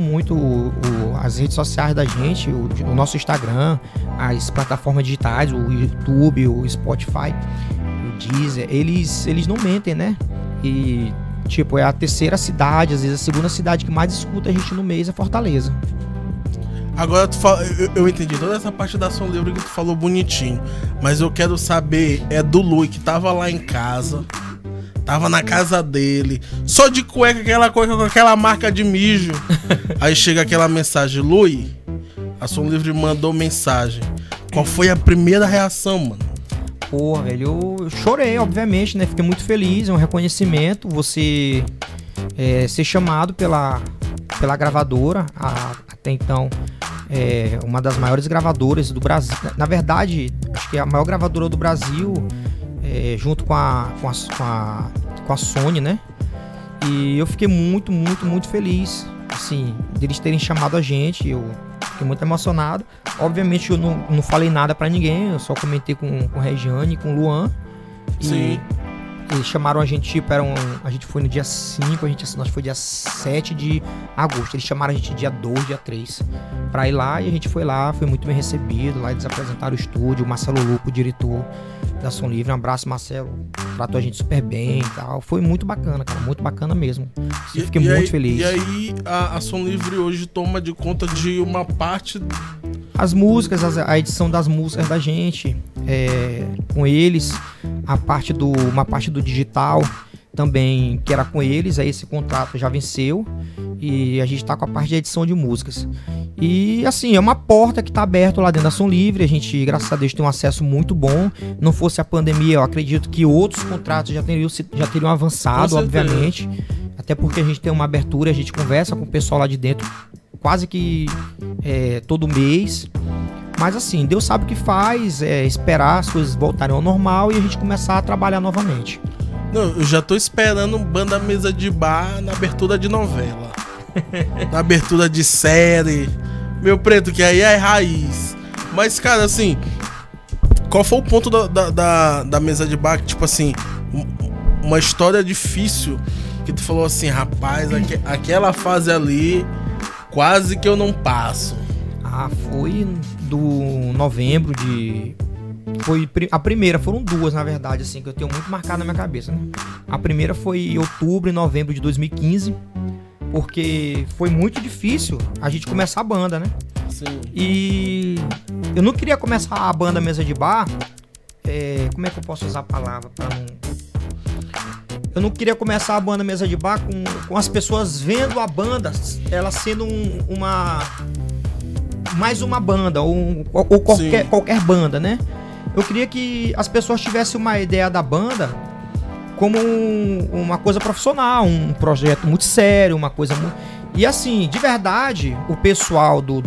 as redes sociais da gente, o nosso Instagram, as plataformas digitais, o YouTube, o Spotify, o Deezer, eles não mentem, né? E tipo, é a terceira cidade, às vezes a segunda cidade que mais escuta a gente no mês é Fortaleza. Agora eu entendi toda essa parte da Som Livre que tu falou bonitinho, mas eu quero saber do Lui, que tava lá em casa, tava na casa dele, só de cueca com aquela marca de mijo. Aí chega aquela mensagem: Lui, a Som Livre mandou mensagem. Qual foi a primeira reação, mano? Pô, velho, eu chorei, obviamente, né? Fiquei muito feliz, é um reconhecimento, você ser chamado pela gravadora, até então uma das maiores gravadoras do Brasil. Na verdade, acho que é a maior gravadora do Brasil, junto com a Sony, né? E eu fiquei muito, muito, muito feliz, assim, deles terem chamado a gente. Eu fiquei muito emocionado. Obviamente eu não falei nada pra ninguém, eu só comentei com o Regiane e com o Luan. Sim. Eles chamaram a gente, a gente foi no dia 5, a gente assinou, acho que foi dia 7 de agosto. Eles chamaram a gente dia 2, dia 3 pra ir lá, e a gente foi lá, foi muito bem recebido. Lá eles apresentaram o estúdio, o Marcelo Lupo, o diretor da Som Livre. Um abraço, Marcelo, tratou a gente super bem e tal. Foi muito bacana, cara, muito bacana mesmo. Eu fiquei muito feliz. E aí a Som Livre hoje toma de conta de uma parte... As músicas, a edição das músicas da gente, com eles, uma parte do digital também, que era com eles. Aí esse contrato já venceu e a gente tá com a parte de edição de músicas. E assim, é uma porta que tá aberta lá dentro da Som Livre. A gente, graças a Deus, tem um acesso muito bom. Não fosse a pandemia, eu acredito que outros contratos já teriam avançado, obviamente. Até porque a gente tem uma abertura, a gente conversa com o pessoal lá de dentro quase que todo mês. Mas assim, Deus sabe o que faz, esperar as coisas voltarem ao normal e a gente começar a trabalhar novamente. Não, eu já tô esperando banda mesa de bar na abertura de novela. Na abertura de série. Meu preto, que aí é raiz. Mas, cara, assim, qual foi o ponto da mesa de bar? Tipo assim, uma história difícil que tu falou assim, rapaz, aquela fase ali, quase que eu não passo. Foi do novembro de... Foi a primeira, foram duas, na verdade, assim, que eu tenho muito marcado na minha cabeça, né? A primeira foi em outubro e novembro de 2015, porque foi muito difícil a gente começar a banda, né? Sim. E eu não queria começar a banda mesa de bar, como é que eu posso usar a palavra pra não... Eu não queria começar a banda mesa de bar com as pessoas vendo a banda, ela sendo mais uma banda, ou qualquer banda, né? Eu queria que as pessoas tivessem uma ideia da banda como uma coisa profissional, um projeto muito sério, uma coisa muito... E assim, de verdade, o pessoal do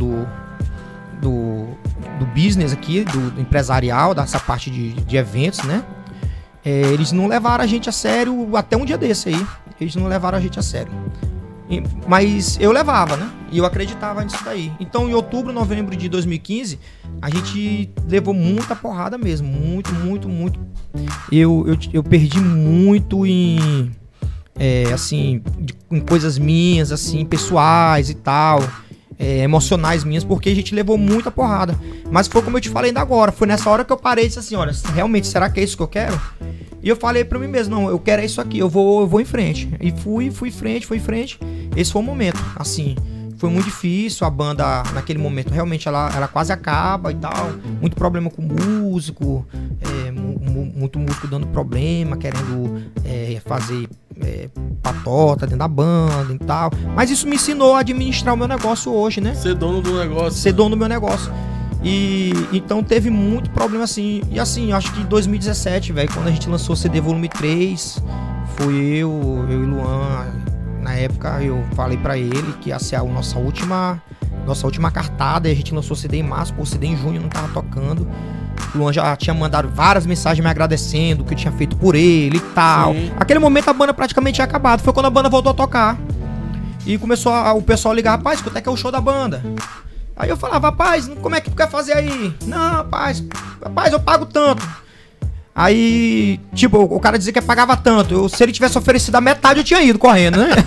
business aqui, do empresarial, dessa parte de eventos, né? Eles não levaram a gente a sério até um dia desse aí. Eles não levaram a gente a sério. Mas eu levava, né? E eu acreditava nisso daí. Então, em outubro, novembro de 2015, a gente levou muita porrada mesmo. Muito, muito, muito. Eu perdi muito em coisas minhas, assim, pessoais e tal. Emocionais minhas, porque a gente levou muita porrada. Mas foi como eu te falei ainda agora. Foi nessa hora que eu parei e disse assim, olha, realmente, será que é isso que eu quero? E eu falei pra mim mesmo, não, eu quero isso aqui, eu vou em frente. E fui em frente. Esse foi o momento, assim, foi muito difícil, a banda naquele momento, realmente ela quase acaba e tal. Muito problema com músico, muito músico dando problema, querendo fazer patota dentro da banda e tal. Mas isso me ensinou a administrar o meu negócio hoje, né? Ser dono do negócio. Ser dono do meu negócio. E então teve muito problema assim. E assim, acho que em 2017, velho, quando a gente lançou o CD Volume 3, foi eu e Luan. Na época eu falei pra ele que ia ser a nossa última cartada. E a gente lançou o CD em março, o CD em junho não tava tocando. O Luan já tinha mandado várias mensagens me agradecendo o que eu tinha feito por ele e tal. Sim. Aquele momento a banda praticamente tinha acabado. Foi quando a banda voltou a tocar. E começou o pessoal a ligar, rapaz, quanto é que é o show da banda? Aí eu falava, rapaz, como é que tu quer fazer aí? Não, rapaz, eu pago tanto. Aí, tipo, o cara dizia que pagava tanto. Se ele tivesse oferecido a metade, eu tinha ido correndo, né?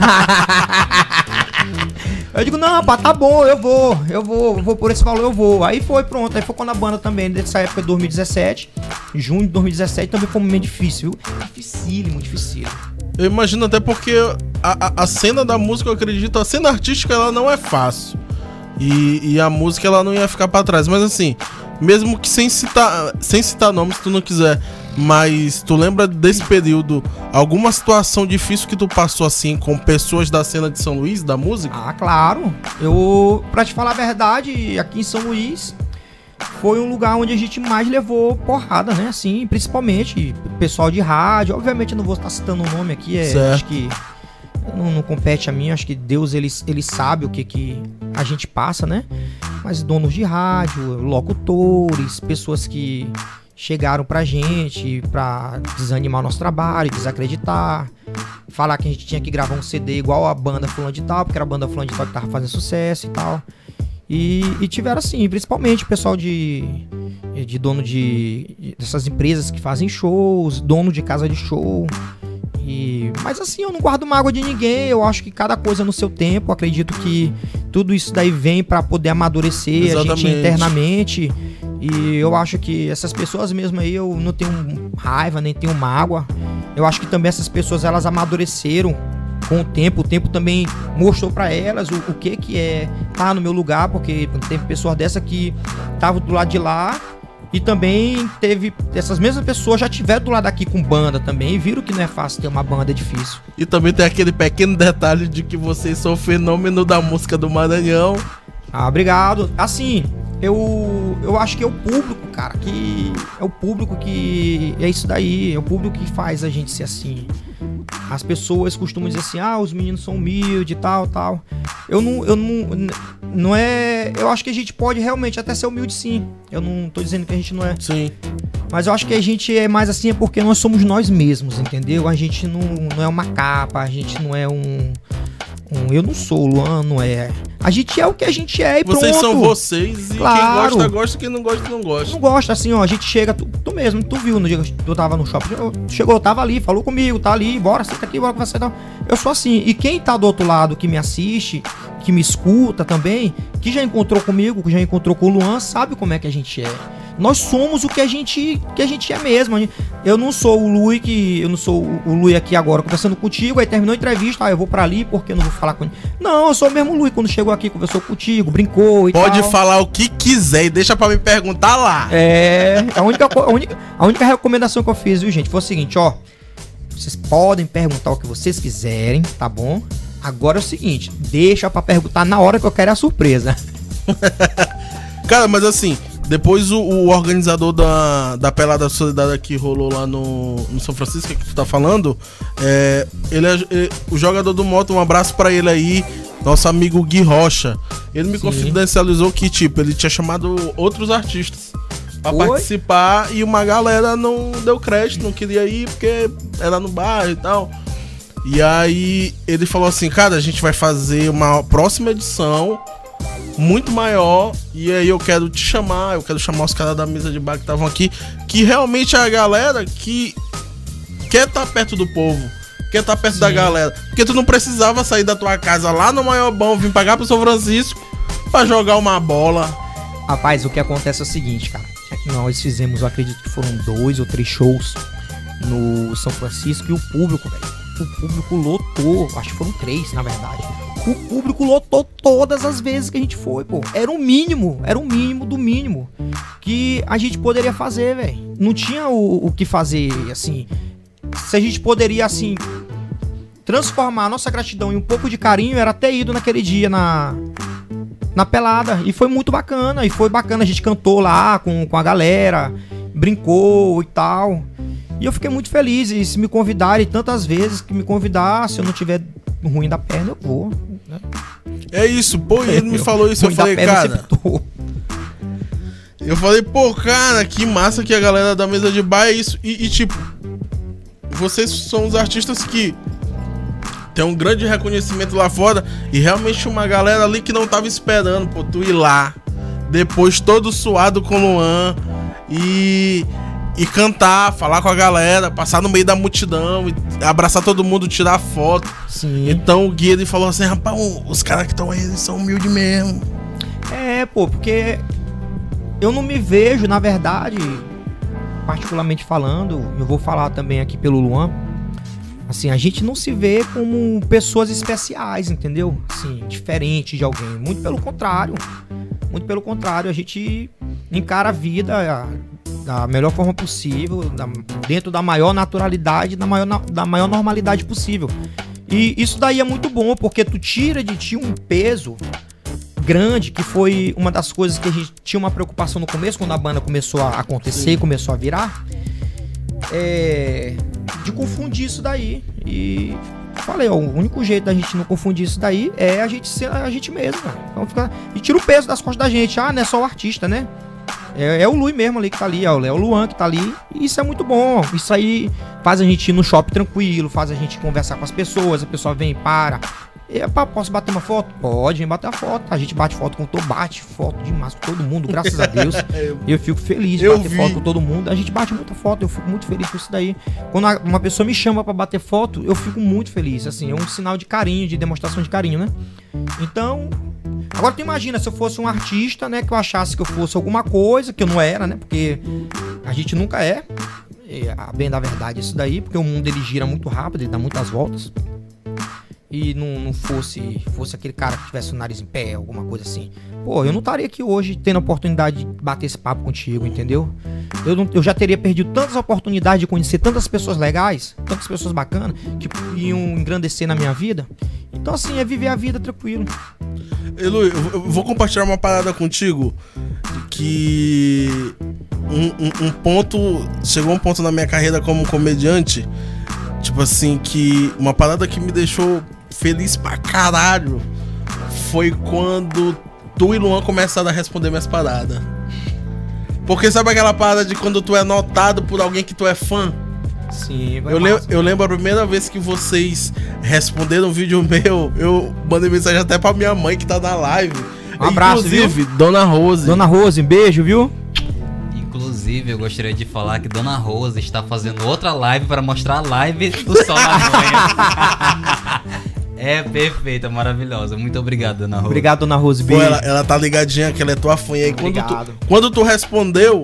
Eu digo, não, pá, tá bom, eu vou por esse valor, eu vou. Aí foi, pronto. Aí foi quando a banda também, dessa época de 2017, junho de 2017, também foi um momento difícil, viu? Dificílimo. Eu imagino até porque a cena da música, eu acredito, a cena artística, ela não é fácil. E a música, ela não ia ficar pra trás. Mas assim, mesmo que sem citar nomes, se tu não quiser, mas tu lembra desse período, alguma situação difícil que tu passou assim com pessoas da cena de São Luís, da música? Ah, claro. Pra te falar a verdade, aqui em São Luís foi um lugar onde a gente mais levou porrada, né? Assim, principalmente pessoal de rádio. Obviamente eu não vou estar citando o nome aqui, acho que não compete a mim, acho que Deus ele sabe o que a gente passa, né? Mas donos de rádio, locutores, pessoas que chegaram pra gente pra desanimar o nosso trabalho, desacreditar, falar que a gente tinha que gravar um CD igual a banda fulano de tal, porque era a banda fulano de tal que tava fazendo sucesso e tal. E tiveram assim, principalmente o pessoal de dono dessas empresas que fazem shows, dono de casa de show. Mas assim, eu não guardo mágoa de ninguém. Eu acho que cada coisa no seu tempo. Eu acredito que tudo isso daí vem pra poder amadurecer. Exatamente. A gente internamente. E eu acho que essas pessoas mesmo aí, eu não tenho raiva, nem tenho mágoa. Eu acho que também essas pessoas, elas amadureceram com o tempo. O tempo também mostrou pra elas o que é estar no meu lugar. Porque teve pessoas dessa que estavam do lado de lá. E também teve... Essas mesmas pessoas já tiveram do lado aqui com banda também. E viram que não é fácil ter uma banda, é difícil. E também tem aquele pequeno detalhe de que vocês são o fenômeno da música do Maranhão. Ah, obrigado. Assim, eu acho que é o público, cara, que... É o público que... É isso daí. É o público que faz a gente ser assim. as pessoas costumam dizer assim, os meninos são humildes e tal. Não é... Eu acho que a gente pode realmente até ser humilde, sim. Eu não tô dizendo que a gente não é. Sim. Mas eu acho que a gente é mais assim porque nós somos nós mesmos, entendeu? A gente não é uma capa, a gente não é eu não sou, o Luan não é. A gente é o que a gente é e vocês pronto. São vocês e claro. Quem gosta, quem não gosta, não gosta. Não gosta, assim, ó, a gente chega, tu mesmo, tu viu no dia que eu tava no shopping, chegou, tava ali, falou comigo, tá ali, bora, senta aqui, bora conversar e tal. Eu sou assim, e quem tá do outro lado, que me assiste, que me escuta também, que já encontrou comigo, que já encontrou com o Luan, sabe como é que a gente é. Nós somos o que a gente é mesmo. Eu não sou o Lui eu não sou o Lui aqui agora conversando contigo, aí terminou a entrevista, eu vou pra ali porque eu não vou falar com ele. Não, eu sou o mesmo Lui quando chegou aqui, conversou contigo, brincou e Pode tal. falar o que quiser e deixa pra me perguntar lá. A única recomendação que eu fiz, viu, gente, foi o seguinte, ó. Vocês podem perguntar o que vocês quiserem, tá bom? Agora é o seguinte, deixa pra perguntar na hora que eu quero a surpresa. Cara, mas assim, depois o organizador da Pelada Solidária que rolou lá no São Francisco, que tu tá falando, o jogador do Moto, um abraço pra ele aí, nosso amigo Gui Rocha. Ele me confidencializou que, tipo, ele tinha chamado outros artistas pra participar e uma galera não deu crédito, não queria ir porque era no bairro e tal. E aí ele falou assim, cara, a gente vai fazer uma próxima edição muito maior, e aí eu quero te chamar, eu quero chamar os caras da mesa de bar que estavam aqui, que realmente é a galera que quer estar perto do povo, quer estar perto da galera, porque tu não precisava sair da tua casa lá no Maiobão, vir pagar pro São Francisco pra jogar uma bola. Rapaz, o que acontece é o seguinte, cara, nós fizemos, eu acredito que foram 2 ou 3 shows no São Francisco, e o público lotou, acho que foram 3, na verdade. O público lotou todas as vezes que a gente foi, pô. Era o mínimo do mínimo que a gente poderia fazer, velho. Não tinha o que fazer, assim. Se a gente poderia, assim, transformar a nossa gratidão em um pouco de carinho, era ter ido naquele dia na pelada. E foi muito bacana, a gente cantou lá com a galera, brincou e tal. E eu fiquei muito feliz, e se me convidarem tantas vezes que me convidar, se eu não tiver ruim da perna, eu vou, né? É isso, pô, e ele me falou isso, eu falei, cara... Eu falei, pô, cara, que massa que a galera da mesa de bar é isso. E tipo, vocês são os artistas que tem um grande reconhecimento lá fora, e realmente uma galera ali que não tava esperando, pô, tu ir lá, depois todo suado com o Luan, e cantar, falar com a galera, passar no meio da multidão, e abraçar todo mundo, tirar foto. Sim. Então o Gui, ele falou assim, rapaz, os caras que estão aí, eles são humildes mesmo. Pô, porque eu não me vejo, na verdade, particularmente falando, eu vou falar também aqui pelo Luan, assim, a gente não se vê como pessoas especiais, entendeu? Assim, diferente de alguém, muito pelo contrário, a gente encara a vida da melhor forma possível, dentro da maior naturalidade, da maior normalidade possível. E isso daí é muito bom, porque tu tira de ti um peso grande, que foi uma das coisas que a gente tinha uma preocupação no começo, quando a banda começou a acontecer, começou a virar, de confundir isso daí. E falei, ó, o único jeito da gente não confundir isso daí é a gente ser a gente mesmo, cara. Então e tira o peso das costas da gente. Não é só o artista, né? É o Lui mesmo ali que tá ali, é o Luan que tá ali, e isso é muito bom. Isso aí faz a gente ir no shopping tranquilo, faz a gente conversar com as pessoas, a pessoa vem, para. Posso bater uma foto? Pode, vem bater uma foto. A gente bate foto bate foto demais com todo mundo, graças a Deus. Eu fico feliz de bater foto com todo mundo. A gente bate muita foto, eu fico muito feliz com isso daí. Quando uma pessoa me chama pra bater foto, eu fico muito feliz, assim, é um sinal de carinho, de demonstração de carinho, né? Então, agora tu imagina se eu fosse um artista, né, que eu achasse que eu fosse alguma coisa, que eu não era, né, porque a gente nunca é, bem da verdade isso daí, porque o mundo ele gira muito rápido, ele dá muitas voltas, e não fosse aquele cara que tivesse o nariz em pé, alguma coisa assim, pô, eu não estaria aqui hoje tendo a oportunidade de bater esse papo contigo, entendeu? Eu já teria perdido tantas oportunidades de conhecer tantas pessoas legais, tantas pessoas bacanas, que iam engrandecer na minha vida. Então, assim, é viver a vida tranquilo. Elu, eu vou compartilhar uma parada contigo que chegou um ponto na minha carreira como comediante tipo assim, que uma parada que me deixou feliz pra caralho foi quando tu e Luan começaram a responder minhas paradas. Porque sabe aquela parada de quando tu é notado por alguém que tu é fã? Sim, Eu lembro a primeira vez que vocês responderam um vídeo meu, eu mandei mensagem até pra minha mãe que tá na live. Um abraço, inclusive, viu? Dona Rose. Dona Rose, um beijo, viu? Inclusive, eu gostaria de falar que Dona Rosa está fazendo outra live para mostrar a live do Sol na Manhã. É perfeita, maravilhosa. Muito obrigado, Dona Rosa. Obrigado, Dona Rose. Pô, ela tá ligadinha que ela é tua fã aí. Quando tu respondeu,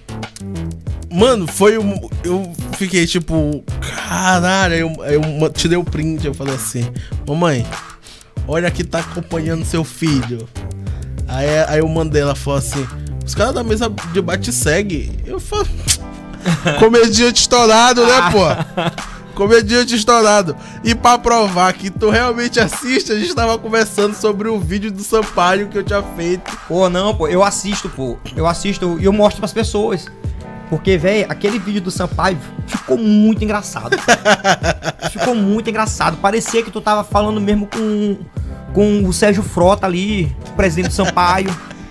mano, eu fiquei tipo, caralho. Eu tirei o print, eu falei assim, mamãe, olha que tá acompanhando seu filho. Aí eu mandei, ela falou assim, os caras da mesa de bate segue. Eu falo, comediante estourado, né, pô? Comediante estourado. E pra provar que tu realmente assiste, a gente tava conversando sobre o vídeo do Sampaio que eu tinha feito. Pô, não, pô, eu assisto e eu mostro pras pessoas. Porque, velho, aquele vídeo do Sampaio ficou muito engraçado. Ficou muito engraçado. Parecia que tu tava falando mesmo com o Sérgio Frota ali, presidente do Sampaio.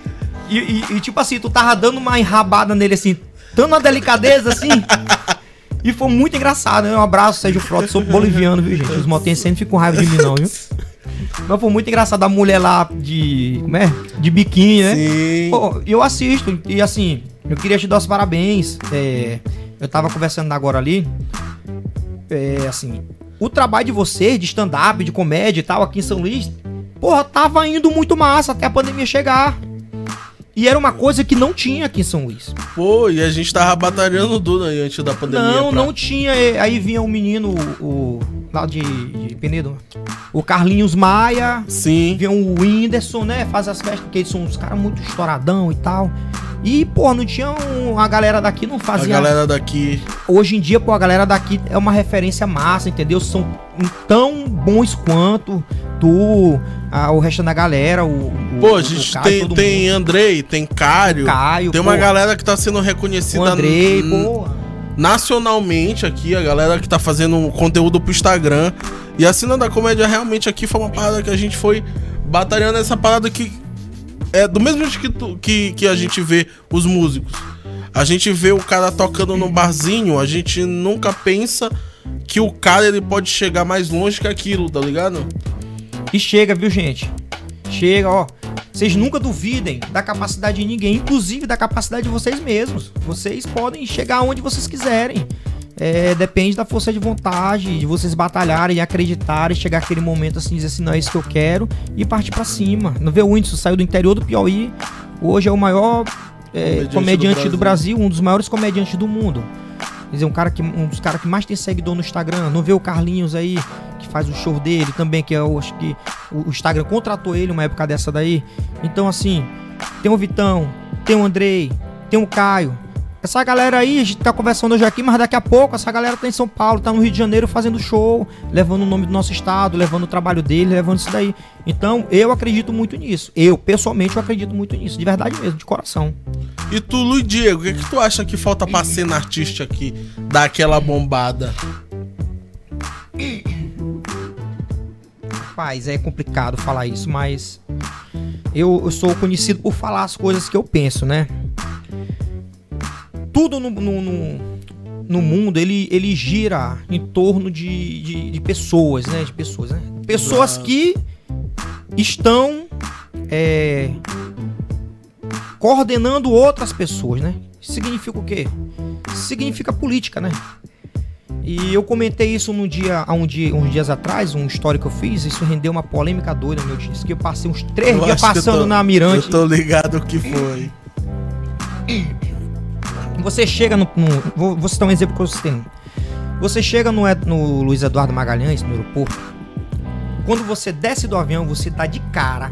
E tipo assim, tu tava dando uma enrabada nele assim, dando uma delicadeza assim. E foi muito engraçado, né? Um abraço, Sérgio Frota, sou boliviano, viu, gente? Os motenses sempre ficam com raiva de mim, não, viu? Mas foi muito engraçado a mulher lá de... Como é? De biquíni, né? Sim. Pô, eu assisto e assim, eu queria te dar os parabéns. Eu tava conversando agora ali. Assim, o trabalho de vocês, de stand-up, de comédia e tal, aqui em São Luís, porra, tava indo muito massa até a pandemia chegar. E era uma coisa que não tinha aqui em São Luís. Pô, e a gente tava batalhando duro aí antes da pandemia. Não tinha. Aí vinha um menino, lá de Penedo, o Carlinhos Maia. Sim. Vinha o Whindersson, né? Faz as festas, porque eles são uns caras muito estouradão e tal. E, pô, não tinha a galera daqui não fazia... A galera daqui... Hoje em dia, pô, a galera daqui é uma referência massa, entendeu? São tão bons quanto o resto da galera, Pô, a gente Caio, tem Andrei, tem Caio, tem uma galera que tá sendo reconhecida... O Andrei, pô... Nacionalmente aqui, a galera que tá fazendo conteúdo pro Instagram. E a Cena da Comédia realmente aqui foi uma parada que a gente foi batalhando essa parada que... É do mesmo jeito que a gente vê os músicos. A gente vê o cara tocando no barzinho, a gente nunca pensa que o cara ele pode chegar mais longe que aquilo, tá ligado? E chega, viu, gente? Chega, ó. Vocês nunca duvidem da capacidade de ninguém, inclusive da capacidade de vocês mesmos. Vocês podem chegar onde vocês quiserem. Depende da força de vontade, de vocês batalharem, acreditarem, chegar aquele momento assim, dizer assim, não é isso que eu quero, e partir pra cima. Não vê o Whindersson, saiu do interior do Piauí, hoje é o maior comediante do Brasil, um dos maiores comediantes do mundo. Quer dizer, um dos caras que mais tem seguidor no Instagram. Não vê o Carlinhos aí, que faz o show dele também, que eu acho que o Instagram contratou ele uma época dessa daí. Então assim, tem o Vitão, tem o Andrei, tem o Caio. Essa galera aí, a gente tá conversando hoje aqui, mas daqui a pouco essa galera tá em São Paulo, tá no Rio de Janeiro fazendo show, levando o nome do nosso estado, levando o trabalho dele, levando isso daí. Então, eu acredito muito nisso. Eu, pessoalmente, eu acredito muito nisso. De verdade mesmo, de coração. E tu, Luiz Diego, o que tu acha que falta pra cena artística aqui, dar aquela bombada? Rapaz, é complicado falar isso, mas eu sou conhecido por falar as coisas que eu penso, né? Tudo no mundo, ele gira em torno de pessoas, né? De pessoas, né? Pessoas que estão coordenando outras pessoas, né? Significa o quê? Significa política, né? E eu comentei isso uns dias atrás, um story que eu fiz, isso rendeu uma polêmica doida, meu Deus, que eu passei uns 3 dias passando na Mirante. Eu tô ligado o que foi. Você chega vou citar um exemplo que eu citei. Você chega no Luiz Eduardo Magalhães, no aeroporto. Quando você desce do avião, você dá de cara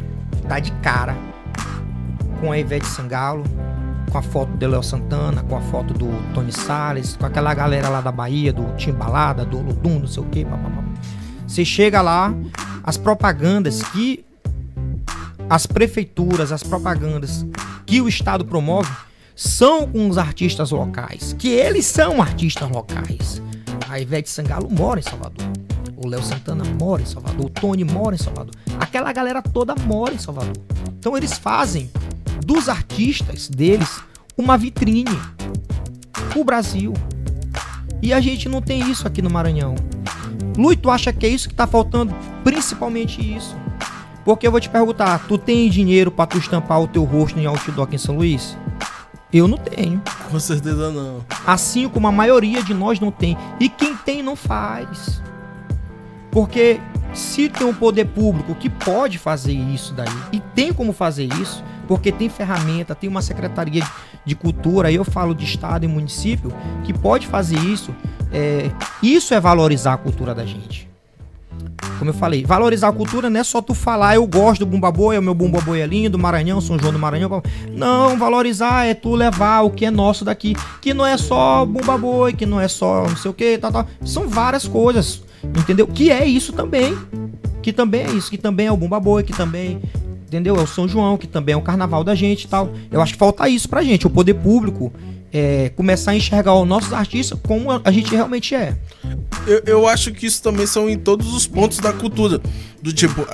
com a Ivete Sangalo, com a foto do Léo Santana, com a foto do Tony Salles, com aquela galera lá da Bahia, do Timbalada, do Olodum, não sei o que. Você chega lá, as propagandas que as prefeituras, as propagandas que o Estado promove são com os artistas locais, que eles são artistas locais. A Ivete Sangalo mora em Salvador. O Léo Santana mora em Salvador. O Tony mora em Salvador. Aquela galera toda mora em Salvador. Então eles fazem dos artistas deles uma vitrine pro Brasil. E a gente não tem isso aqui no Maranhão. Lui, tu acha que é isso que tá faltando? Principalmente isso. Porque eu vou te perguntar, tu tem dinheiro pra tu estampar o teu rosto em outdoor aqui em São Luís? Eu não tenho. Com certeza não. Assim como a maioria de nós não tem. E quem tem não faz. Porque se tem um poder público que pode fazer isso daí, e tem como fazer isso, porque tem ferramenta, tem uma secretaria de cultura, aí eu falo de estado e município, que pode fazer isso, isso é valorizar a cultura da gente. Como eu falei, valorizar a cultura não é só tu falar, eu gosto do Bumba Boi, o meu Bumba Boi é lindo, Maranhão, São João do Maranhão. Não, valorizar é tu levar o que é nosso daqui, que não é só Bumba Boi, que não é só não sei o que, tal. São várias coisas, entendeu? Que é isso também, que também é isso, que também é o Bumba Boi, que também, entendeu? É o São João, que também é o carnaval da gente e tal. Eu acho que falta isso pra gente, o poder público começar a enxergar os nossos artistas como a gente realmente é. Eu acho que isso também são em todos os pontos da cultura. Do tipo,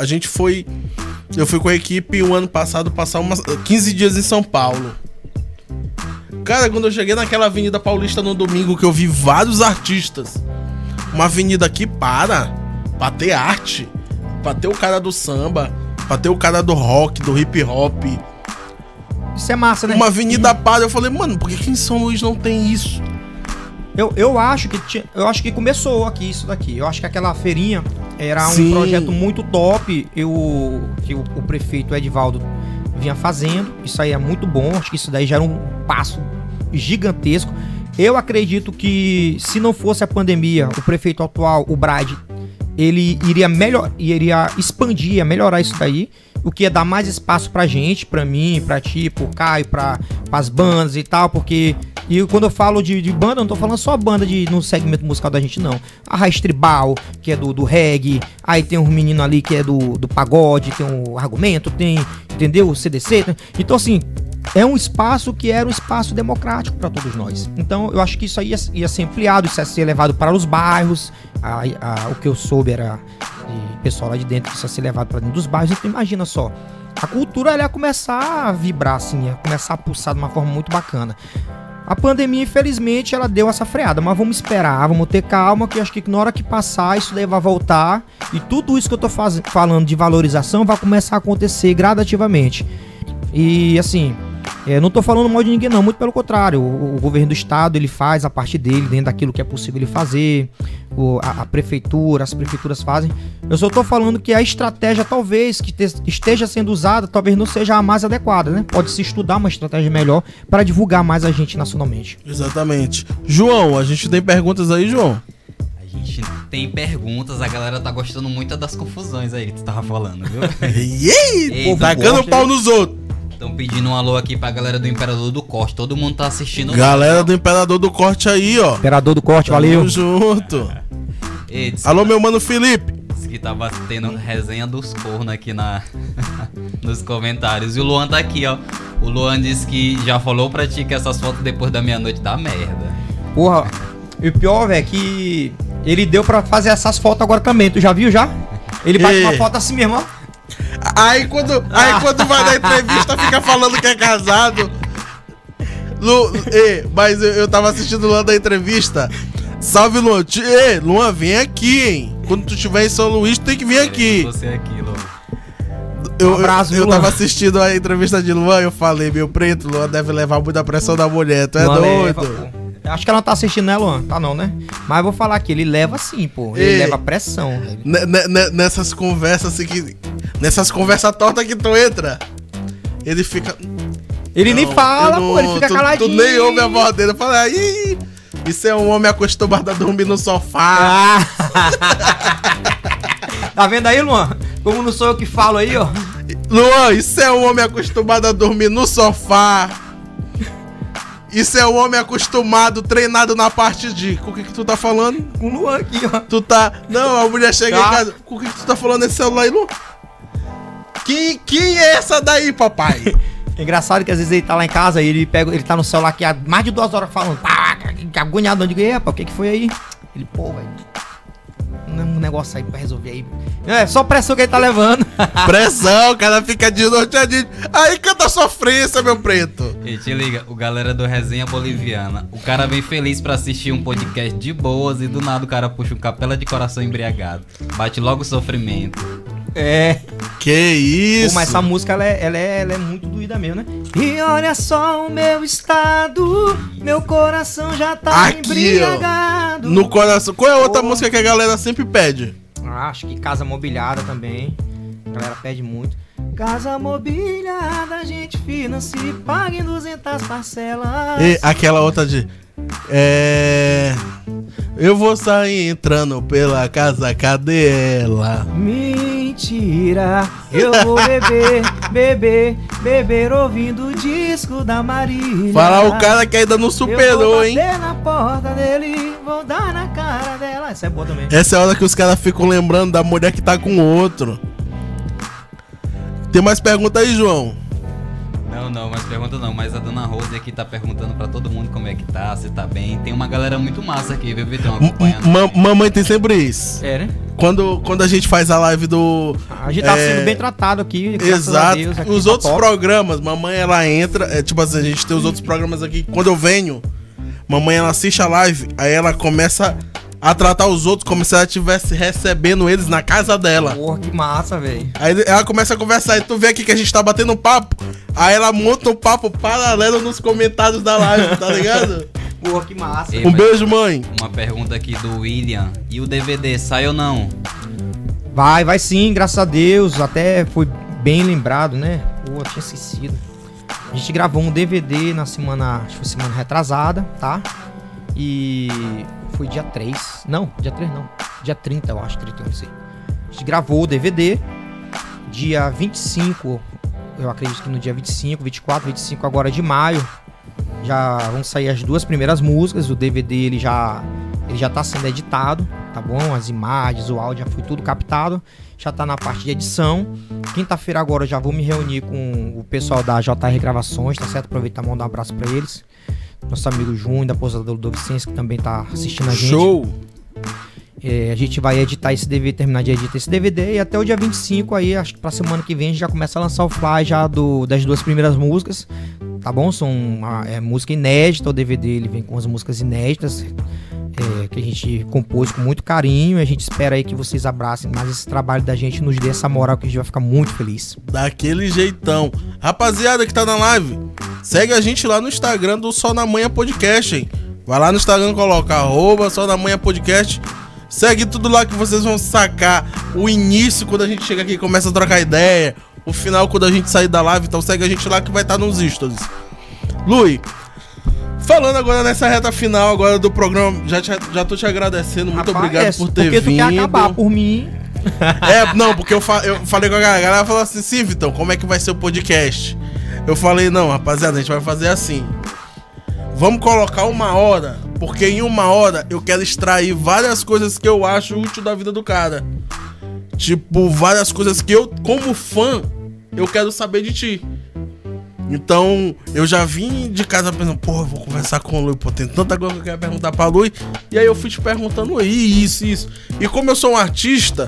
eu fui com a equipe o ano passado passar 15 dias em São Paulo. Cara, quando eu cheguei naquela Avenida Paulista no domingo, que eu vi vários artistas, uma avenida aqui pra ter arte, pra ter o cara do samba, pra ter o cara do rock, do hip hop. Isso é massa, né? Uma avenida para, eu falei, mano, por que em São Luís não tem isso? Eu acho que começou aqui isso daqui. Eu acho que aquela feirinha era Sim. um projeto muito top. Que o prefeito Edivaldo vinha fazendo. Isso aí é muito bom. Acho que isso daí já era um passo gigantesco. Eu acredito que se não fosse a pandemia, o prefeito atual, o Brad, ele iria expandir, ia melhorar isso daí. O que ia dar mais espaço pra gente, pra mim, pra ti, pro Caio, pras bandas e tal, porque... E quando eu falo de banda, eu não tô falando só banda no segmento musical da gente, não. A Raiz Tribal, que é do reggae, aí tem um menino ali que é do pagode, tem um Argumento, tem, entendeu? O CDC. Então, assim, é um espaço que era um espaço democrático pra todos nós. Então, eu acho que isso aí ia ser ampliado, isso ia ser levado para os bairros. O que eu soube era... de pessoal lá de dentro, que isso ia ser levado para dentro dos bairros. Então imagina só, a cultura ela ia começar a vibrar assim, ia começar a pulsar de uma forma muito bacana. A pandemia, infelizmente, ela deu essa freada, mas vamos esperar, vamos ter calma, que eu acho que na hora que passar, isso daí vai voltar, e tudo isso que eu tô falando de valorização vai começar a acontecer gradativamente. E assim, não tô falando mal de ninguém não, muito pelo contrário, o governo do estado, ele faz a parte dele, dentro daquilo que é possível ele fazer, a prefeitura, as prefeituras fazem. Eu só tô falando que a estratégia talvez que esteja sendo usada, talvez não seja a mais adequada, né? Pode se estudar uma estratégia melhor para divulgar mais a gente nacionalmente. Exatamente. João, a gente tem perguntas aí, João? A gente tem perguntas, a galera tá gostando muito das confusões aí que tu tava falando, viu? Ei, tacando pau nos outros. Estão pedindo um alô aqui pra galera do Imperador do Corte. Todo mundo tá assistindo. Galera do Imperador do Corte aí, ó. Imperador do Corte, valeu. Tamo junto. Alô, meu mano Felipe. Diz que tá batendo resenha dos cornos aqui nos comentários. E o Luan tá aqui, ó. O Luan disse que já falou pra ti que essas fotos depois da meia-noite dá merda. Porra, e o pior, velho, é que ele deu pra fazer essas fotos agora também. Tu já viu já? Ele bate uma foto assim mesmo, ó. Aí quando vai na entrevista fica falando que é casado. Mas eu tava assistindo o Luan da entrevista. Salve, Luan. Luan, vem aqui, hein? Quando tu estiver em São Luís, tu tem que vir aqui. Você aqui, Luan. Eu tava assistindo a entrevista de Luan e eu falei, meu preto, Luan deve levar muita pressão da mulher. Tu é Luan doido? Leva, acho que ela não tá assistindo, né, Luan? Tá não, né? Mas eu vou falar aqui, ele leva sim, pô. Ele leva pressão. Nessas conversas assim que... Nessas conversas tortas que tu entra, ele fica... Ele nem fala, pô, ele fica caladinho. Tu nem ouve a voz dele. Eu falei, aí, isso é um homem acostumado a dormir no sofá. Tá vendo aí, Luan? Como não sou eu que falo aí, ó. Luan, isso é um homem acostumado a dormir no sofá. Isso é um homem acostumado, treinado na parte de... Com o que tu tá falando? Com o Luan aqui, ó. Tu tá... Não, a mulher chega em casa... Com o que tu tá falando nesse celular aí, Luan? Quem é essa daí, papai? É engraçado que às vezes ele tá lá em casa e ele tá no celular aqui há mais de 2 horas falando. Pá, que agoniado. Eu digo, rapaz, o que foi aí? Ele, pô, velho, um negócio aí pra resolver aí. É só pressão que ele tá levando. Pressão, o cara fica de noite a dia. Aí canta sofrência, meu preto. E te liga, o galera do Resenha Boliviana. O cara vem feliz pra assistir um podcast de boas e do nada o cara puxa um Capela de Coração Embriagado. Bate logo o sofrimento. É. Que isso? Pô, mas essa música, ela é muito doída mesmo, né? E olha só o meu estado, meu coração já tá Aqui, embriagado. ó, no coração. Qual é a outra música que a galera sempre pede? Acho que Casa Mobiliada também. A galera pede muito. Casa Mobiliada, gente financia, paga em 200 parcelas. E aquela outra de... Eu vou sair entrando pela casa, cadê ela? Mentira, eu vou beber ouvindo o disco da Marília. Fala o cara que ainda não superou, hein? Eu vou bater na porta dele, vou dar na cara dela. Essa é boa também. Essa é a hora que os caras ficam lembrando da mulher que tá com o outro. Tem mais pergunta aí, João? Não, mas pergunta não. Mas a dona Rose aqui tá perguntando pra todo mundo como é que tá, se tá bem. Tem uma galera muito massa aqui, viu, Vitão? Acompanhando. Mamãe tem sempre isso. É, né? Quando a gente faz a live do... A gente tá sendo bem tratado aqui. Exato. Deus, aqui Os tá outros top. programas, mamãe ela entra... tipo assim, a gente tem os outros programas aqui. Quando eu venho, mamãe ela assiste a live, aí ela começa a tratar os outros como se ela estivesse recebendo eles na casa dela. Porra, que massa, velho. Aí ela começa a conversar e tu vê aqui que a gente tá batendo um papo. Aí ela monta um papo paralelo nos comentários da live, tá ligado? Porra, que massa. Ei, Um mas beijo, mãe. Uma pergunta aqui do William. E o DVD, sai ou não? Vai sim, graças a Deus. Até foi bem lembrado, né? Pô, tinha esquecido. A gente gravou um DVD na semana, acho que foi semana retrasada, tá? E foi dia 3. Não, dia 3 não. Dia 30, eu acho, 31, não sei. A gente gravou o DVD. Dia 25, eu acredito que no dia 25, 24, 25 agora de maio. Já vão sair as 2 primeiras músicas. O DVD ele já tá sendo editado, tá bom? As imagens, o áudio já foi tudo captado. Já tá na parte de edição. Quinta-feira agora eu já vou me reunir com o pessoal da JR Gravações, tá certo? Aproveitar e mandar um abraço pra eles. Nosso amigo Júnior, da Pousada do Vicente, que também tá assistindo a gente. Show! A gente vai editar esse DVD, terminar de editar esse DVD. E até o dia 25 aí, acho que pra semana que vem, a gente já começa a lançar o fly já das 2 primeiras músicas. Tá bom? São música inédita. O DVD ele vem com as músicas inéditas que a gente compôs com muito carinho. E a gente espera aí que vocês abracem mais esse trabalho da gente, nos dê essa moral, que a gente vai ficar muito feliz. Daquele jeitão. Rapaziada que tá na live, segue a gente lá no Instagram do Só na Manhã Podcast, hein? Vai lá no Instagram, coloca @Só na Manhã Podcast. Segue tudo lá que vocês vão sacar o início quando a gente chega aqui e começa a trocar ideia. O final quando a gente sair da live. Então segue a gente lá que vai estar nos stories. Lui, falando agora nessa reta final agora do programa, já tô te agradecendo. Muito obrigado por ter porque vindo. Tu quer acabar por mim. Não, porque eu falei com a galera falou assim, sim, Vitão, como é que vai ser o podcast? Eu falei, não, rapaziada, a gente vai fazer assim. Vamos colocar 1 hora, porque em 1 hora eu quero extrair várias coisas que eu acho útil da vida do cara. Tipo, várias coisas que eu, como fã, eu quero saber de ti. Então, eu já vim de casa pensando, porra, eu vou conversar com o Lui, pô, tem tanta coisa que eu quero perguntar pra Lui. E aí eu fui te perguntando isso. E como eu sou um artista,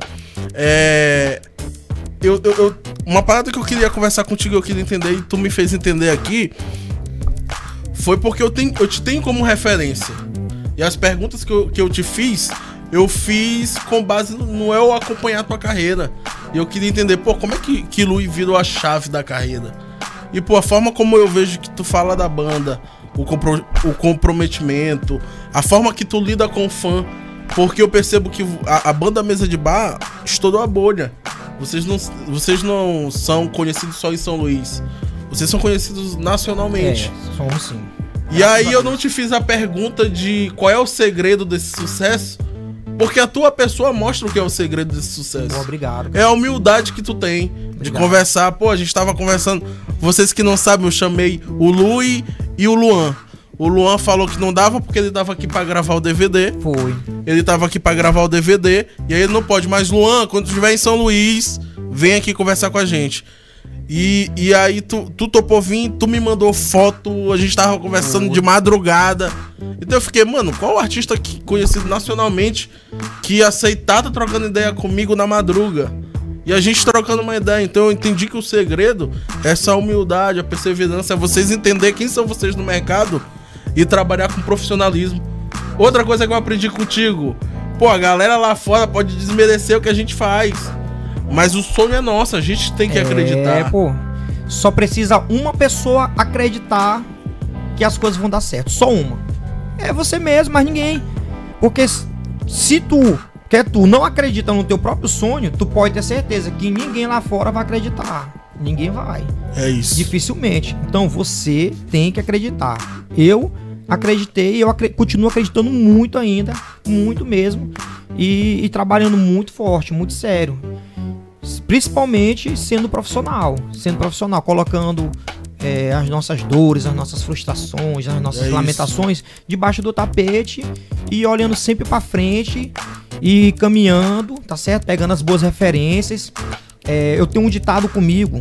uma parada que eu queria conversar contigo, eu queria entender, e tu me fez entender aqui, foi porque eu te tenho como referência. E as perguntas que eu te fiz, eu fiz com base no eu acompanhar a tua carreira. E eu queria entender, pô, como é que Lui virou a chave da carreira? E, pô, a forma como eu vejo que tu fala da banda, o comprometimento, a forma que tu lida com o fã, porque eu percebo que a banda Mesa de Bar estourou a bolha. Vocês não são conhecidos só em São Luís. Vocês são conhecidos nacionalmente. Somos sim. E aí eu não te fiz a pergunta de qual é o segredo desse sucesso, porque a tua pessoa mostra o que é o segredo desse sucesso. Pô, obrigado. É a humildade que tu tem de conversar. Pô, a gente tava conversando. Vocês que não sabem, eu chamei o Lui e o Luan. O Luan falou que não dava porque ele tava aqui pra gravar o DVD. Foi. Ele tava aqui pra gravar o DVD e aí ele não pode. Mas Luan, quando estiver em São Luís, vem aqui conversar com a gente. E aí tu topou vir, tu me mandou foto, a gente tava conversando de madrugada. Então eu fiquei, mano, qual artista conhecido nacionalmente que ia aceitar tá trocando ideia comigo na madruga? E a gente trocando uma ideia. Então eu entendi que o segredo é essa humildade, a perseverança, é vocês entenderem quem são vocês no mercado e trabalhar com profissionalismo. Outra coisa que eu aprendi contigo, pô, a galera lá fora pode desmerecer o que a gente faz, mas o sonho é nosso, a gente tem que acreditar. Pô, só precisa uma pessoa acreditar que as coisas vão dar certo, só uma. É você mesmo, mas ninguém. Porque se tu não acredita no teu próprio sonho, tu pode ter certeza que ninguém lá fora vai acreditar. Ninguém vai. É isso. Dificilmente. Então você tem que acreditar. Eu acreditei, continuo acreditando muito ainda, muito mesmo, e trabalhando muito forte, muito sério. Principalmente sendo profissional, colocando as nossas dores, as nossas frustrações, as nossas lamentações debaixo do tapete e olhando sempre pra frente e caminhando, tá certo? Pegando as boas referências. Eu tenho um ditado comigo,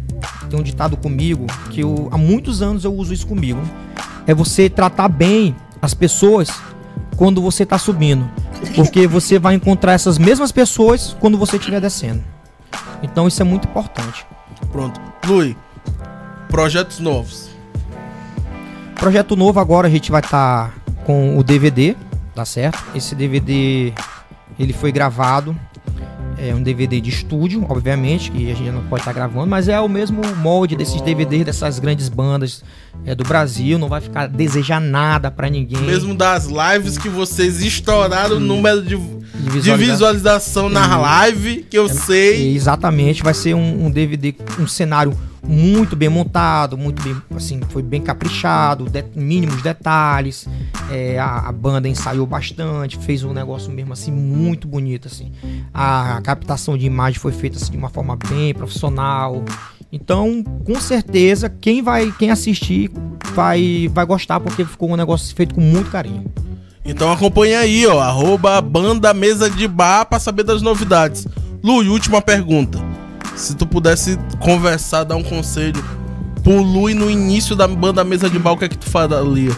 que há muitos anos eu uso isso comigo. É você tratar bem as pessoas quando você tá subindo, porque você vai encontrar essas mesmas pessoas quando você estiver descendo. Então isso é muito importante. Pronto. Lui, projetos novos. Projeto novo agora a gente vai estar com o DVD, tá certo? Esse DVD, ele foi gravado, é um DVD de estúdio, obviamente, que a gente não pode estar gravando, mas é o mesmo molde desses DVDs, dessas grandes bandas do Brasil, não vai ficar desejar nada pra ninguém. Mesmo das lives que vocês estouraram o número de visualização na live, que eu sei. Exatamente, vai ser um DVD, um cenário muito bem montado, muito bem, assim, foi bem caprichado, mínimos detalhes, a banda ensaiou bastante, fez um negócio mesmo assim muito bonito, assim. A captação de imagem foi feita assim, de uma forma bem profissional. Então, com certeza, quem assistir vai gostar, porque ficou um negócio feito com muito carinho. Então acompanha aí, ó, @banda mesa de bar pra saber das novidades. Lu, última pergunta. Se tu pudesse conversar, dar um conselho pro Lui no início da banda mesa de bar, o que é que tu faria?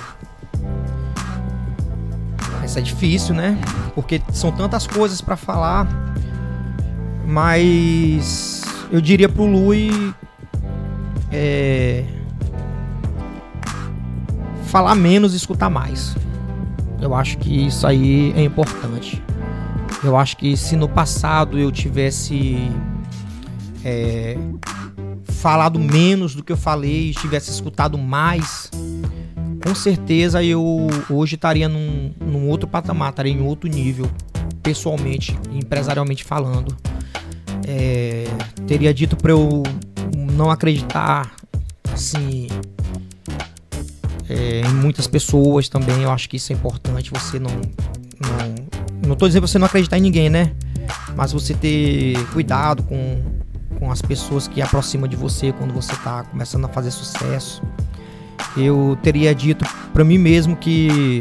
Isso é difícil, né? Porque são tantas coisas pra falar. Mas eu diria pro Lui falar menos e escutar mais. Eu acho que isso aí é importante. Eu acho que se no passado eu tivesse falado menos do que eu falei e tivesse escutado mais, com certeza eu hoje estaria num outro patamar, estaria em outro nível, pessoalmente, empresarialmente falando. Teria dito para eu não acreditar assim em muitas pessoas também. Eu acho que isso é importante. Você não tô dizendo pra você não acreditar em ninguém, né? Mas você ter cuidado com as pessoas que aproximam de você quando você tá começando a fazer sucesso. Eu teria dito pra mim mesmo que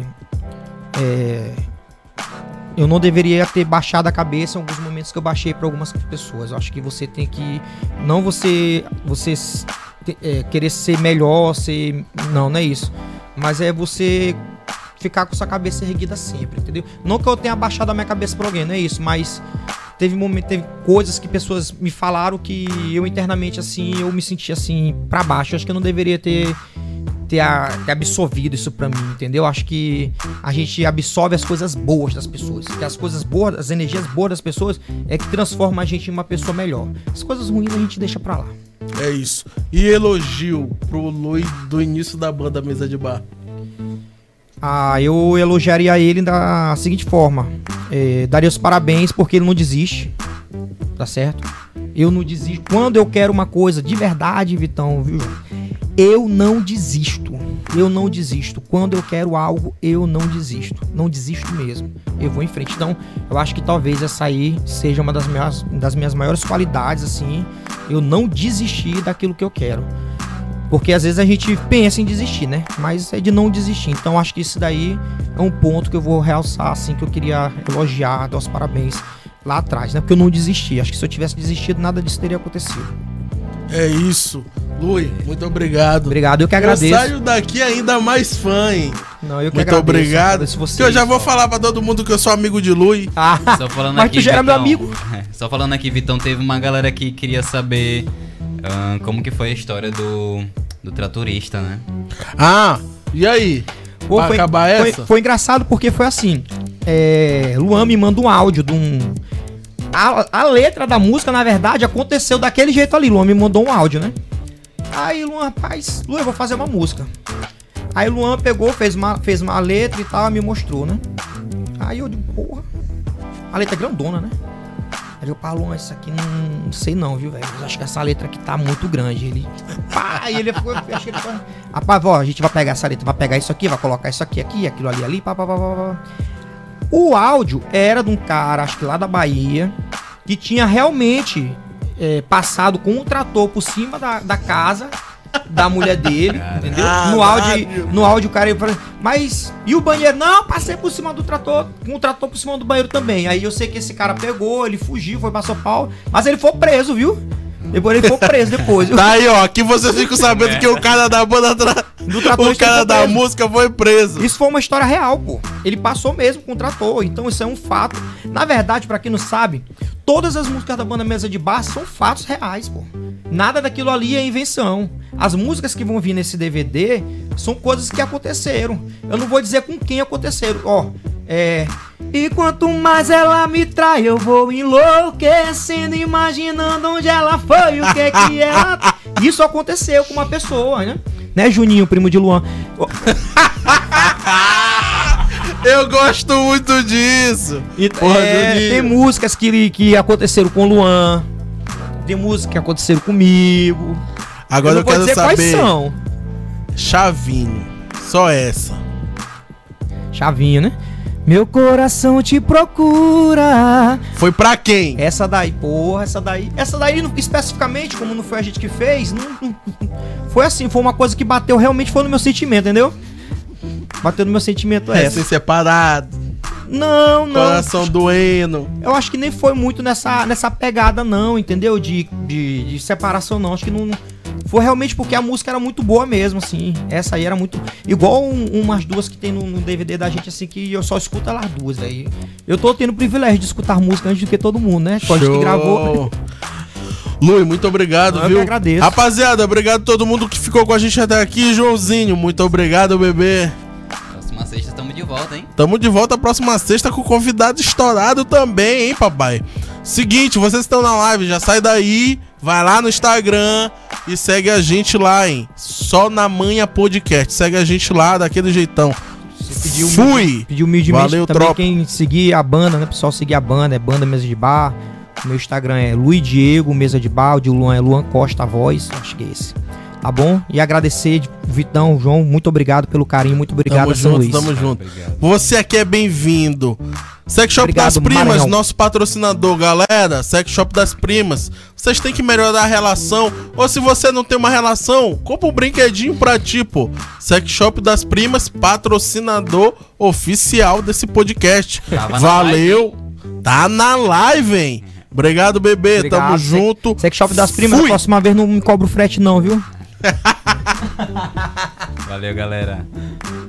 eu não deveria ter baixado a cabeça em alguns momentos que eu baixei para algumas pessoas. Eu acho que você tem que... Não você querer ser melhor, não é isso. Mas é você ficar com sua cabeça erguida sempre, entendeu? Não que eu tenha baixado a minha cabeça pra alguém, não é isso. Mas teve coisas que pessoas me falaram que eu internamente, assim, eu me senti assim, pra baixo. Eu acho que eu não deveria ter absorvido isso pra mim, entendeu? Acho que a gente absorve as coisas boas das pessoas, que as coisas boas, as energias boas das pessoas é que transforma a gente em uma pessoa melhor. As coisas ruins a gente deixa pra lá. É isso. E elogio pro Lui do início da banda Mesa de Bar? Eu elogiaria ele da seguinte forma. Daria os parabéns porque ele não desiste, tá certo? Eu não desisto. Quando eu quero uma coisa de verdade, Vitão, viu? Eu não desisto. Quando eu quero algo, eu não desisto. Não desisto mesmo. Eu vou em frente. Então, eu acho que talvez essa aí seja uma das minhas maiores qualidades, assim. Eu não desistir daquilo que eu quero. Porque às vezes a gente pensa em desistir, né? Mas é de não desistir. Então, acho que isso daí é um ponto que eu vou realçar, assim, que eu queria elogiar, dar os parabéns lá atrás, né? Porque eu não desisti. Acho que se eu tivesse desistido, nada disso teria acontecido. É isso. Lui, muito obrigado. Obrigado, eu que agradeço. Eu saio daqui ainda mais fã, hein? Não, eu que muito agradeço. obrigado. Vocês, que eu já vou falar pra todo mundo que eu sou amigo de Lui. Ah, Só falando mas aqui, tu já era meu Vitão, amigo. Só falando aqui, Vitão, teve uma galera que queria saber como que foi a história do tratorista, né? Ah, e aí? Pô, Vai acabar essa? Foi engraçado porque foi assim. Luan me manda um áudio de um... A letra da música, na verdade, aconteceu daquele jeito ali. Luan me mandou um áudio, né? Aí Luan, rapaz, Luan, eu vou fazer uma música. Aí Luan pegou, fez uma letra e tal, me mostrou, né? Aí eu digo, porra, a letra é grandona, né? Aí eu falo, Luan, isso aqui não sei não, viu, velho? Mas acho que essa letra aqui tá muito grande. Ele, pá, e ele foi, acho que ele foi... Rapaz, ó, a gente vai pegar essa letra, vai pegar isso aqui, vai colocar isso aqui, aquilo ali, pá, pá, pá, pá, pá. O áudio era de um cara, acho que lá da Bahia, que tinha realmente passado com um trator por cima da casa da mulher dele, entendeu? No áudio o cara ia falar, mas e o banheiro? Não, passei por cima do trator, com o trator por cima do banheiro também. Aí eu sei que esse cara pegou, ele fugiu, foi pra São Paulo, mas ele foi preso, viu? Depois ele foi preso depois. Tá aí, ó, aqui vocês ficam sabendo que o cara da banda o cara da música foi preso. Isso foi uma história real, pô. Ele passou mesmo com o trator, então isso é um fato. Na verdade, pra quem não sabe, todas as músicas da banda Mesa de Bar são fatos reais, pô. Nada daquilo ali é invenção. As músicas que vão vir nesse DVD são coisas que aconteceram. Eu não vou dizer com quem aconteceram, ó. E quanto mais ela me trai, eu vou enlouquecendo, imaginando onde ela foi, o que que ela... Isso aconteceu com uma pessoa, né, Juninho, primo de Luan? Eu gosto muito disso. Porra, tem músicas que aconteceram com o Luan, tem músicas que aconteceram comigo. Agora eu quero saber quais são. Chavinho, só essa. Chavinho, né? Meu coração te procura. Foi pra quem? Essa daí, porra, essa daí especificamente, como não foi a gente que fez, não foi assim, foi uma coisa que bateu, realmente foi no meu sentimento, entendeu? Bateu no meu sentimento essa. Ser separado. Não. Coração doendo. Eu acho que nem foi muito nessa pegada não, entendeu? De separação não, acho que não... Foi realmente porque a música era muito boa mesmo, assim. Essa aí era muito... Igual umas duas que tem no DVD da gente, assim, que eu só escuto elas duas aí. Eu tô tendo o privilégio de escutar música antes do que todo mundo, né? Pode que gravou. Lui, muito obrigado, viu? Eu que agradeço. Rapaziada, obrigado a todo mundo que ficou com a gente até aqui. Joãozinho, muito obrigado, bebê. Próxima sexta estamos de volta, hein? Tamo de volta próxima sexta com convidado estourado também, hein, papai? Seguinte, vocês estão na live, já sai daí, vai lá no Instagram e segue a gente lá, hein? Só na Manha Podcast. Segue a gente lá daquele jeitão. Fui! Pediu humildemente. Valeu, também tropa. Quem seguir a banda, né? Pessoal, seguir a banda, é Banda Mesa de Bar. O meu Instagram é Luiz Diego, Mesa de Bar. O de Luan é Luan Costa, a voz. Acho que é esse. Tá bom? E agradecer, Vitão, João, muito obrigado pelo carinho, muito obrigado a São Luís. Tamo junto. Você aqui é bem-vindo. Sex Shop Obrigado, das Primas, Maranhão. nosso patrocinador, galera. Sex Shop das Primas. Vocês têm que melhorar a relação. Ou se você não tem uma relação, compra um brinquedinho pra ti, pô. Sex Shop das Primas, patrocinador oficial desse podcast. Valeu. Tá na live, hein? Obrigado, bebê. Obrigado. Tamo junto. Sex Shop das Primas, Fui. a próxima vez não me cobra o frete não, viu? Valeu, galera.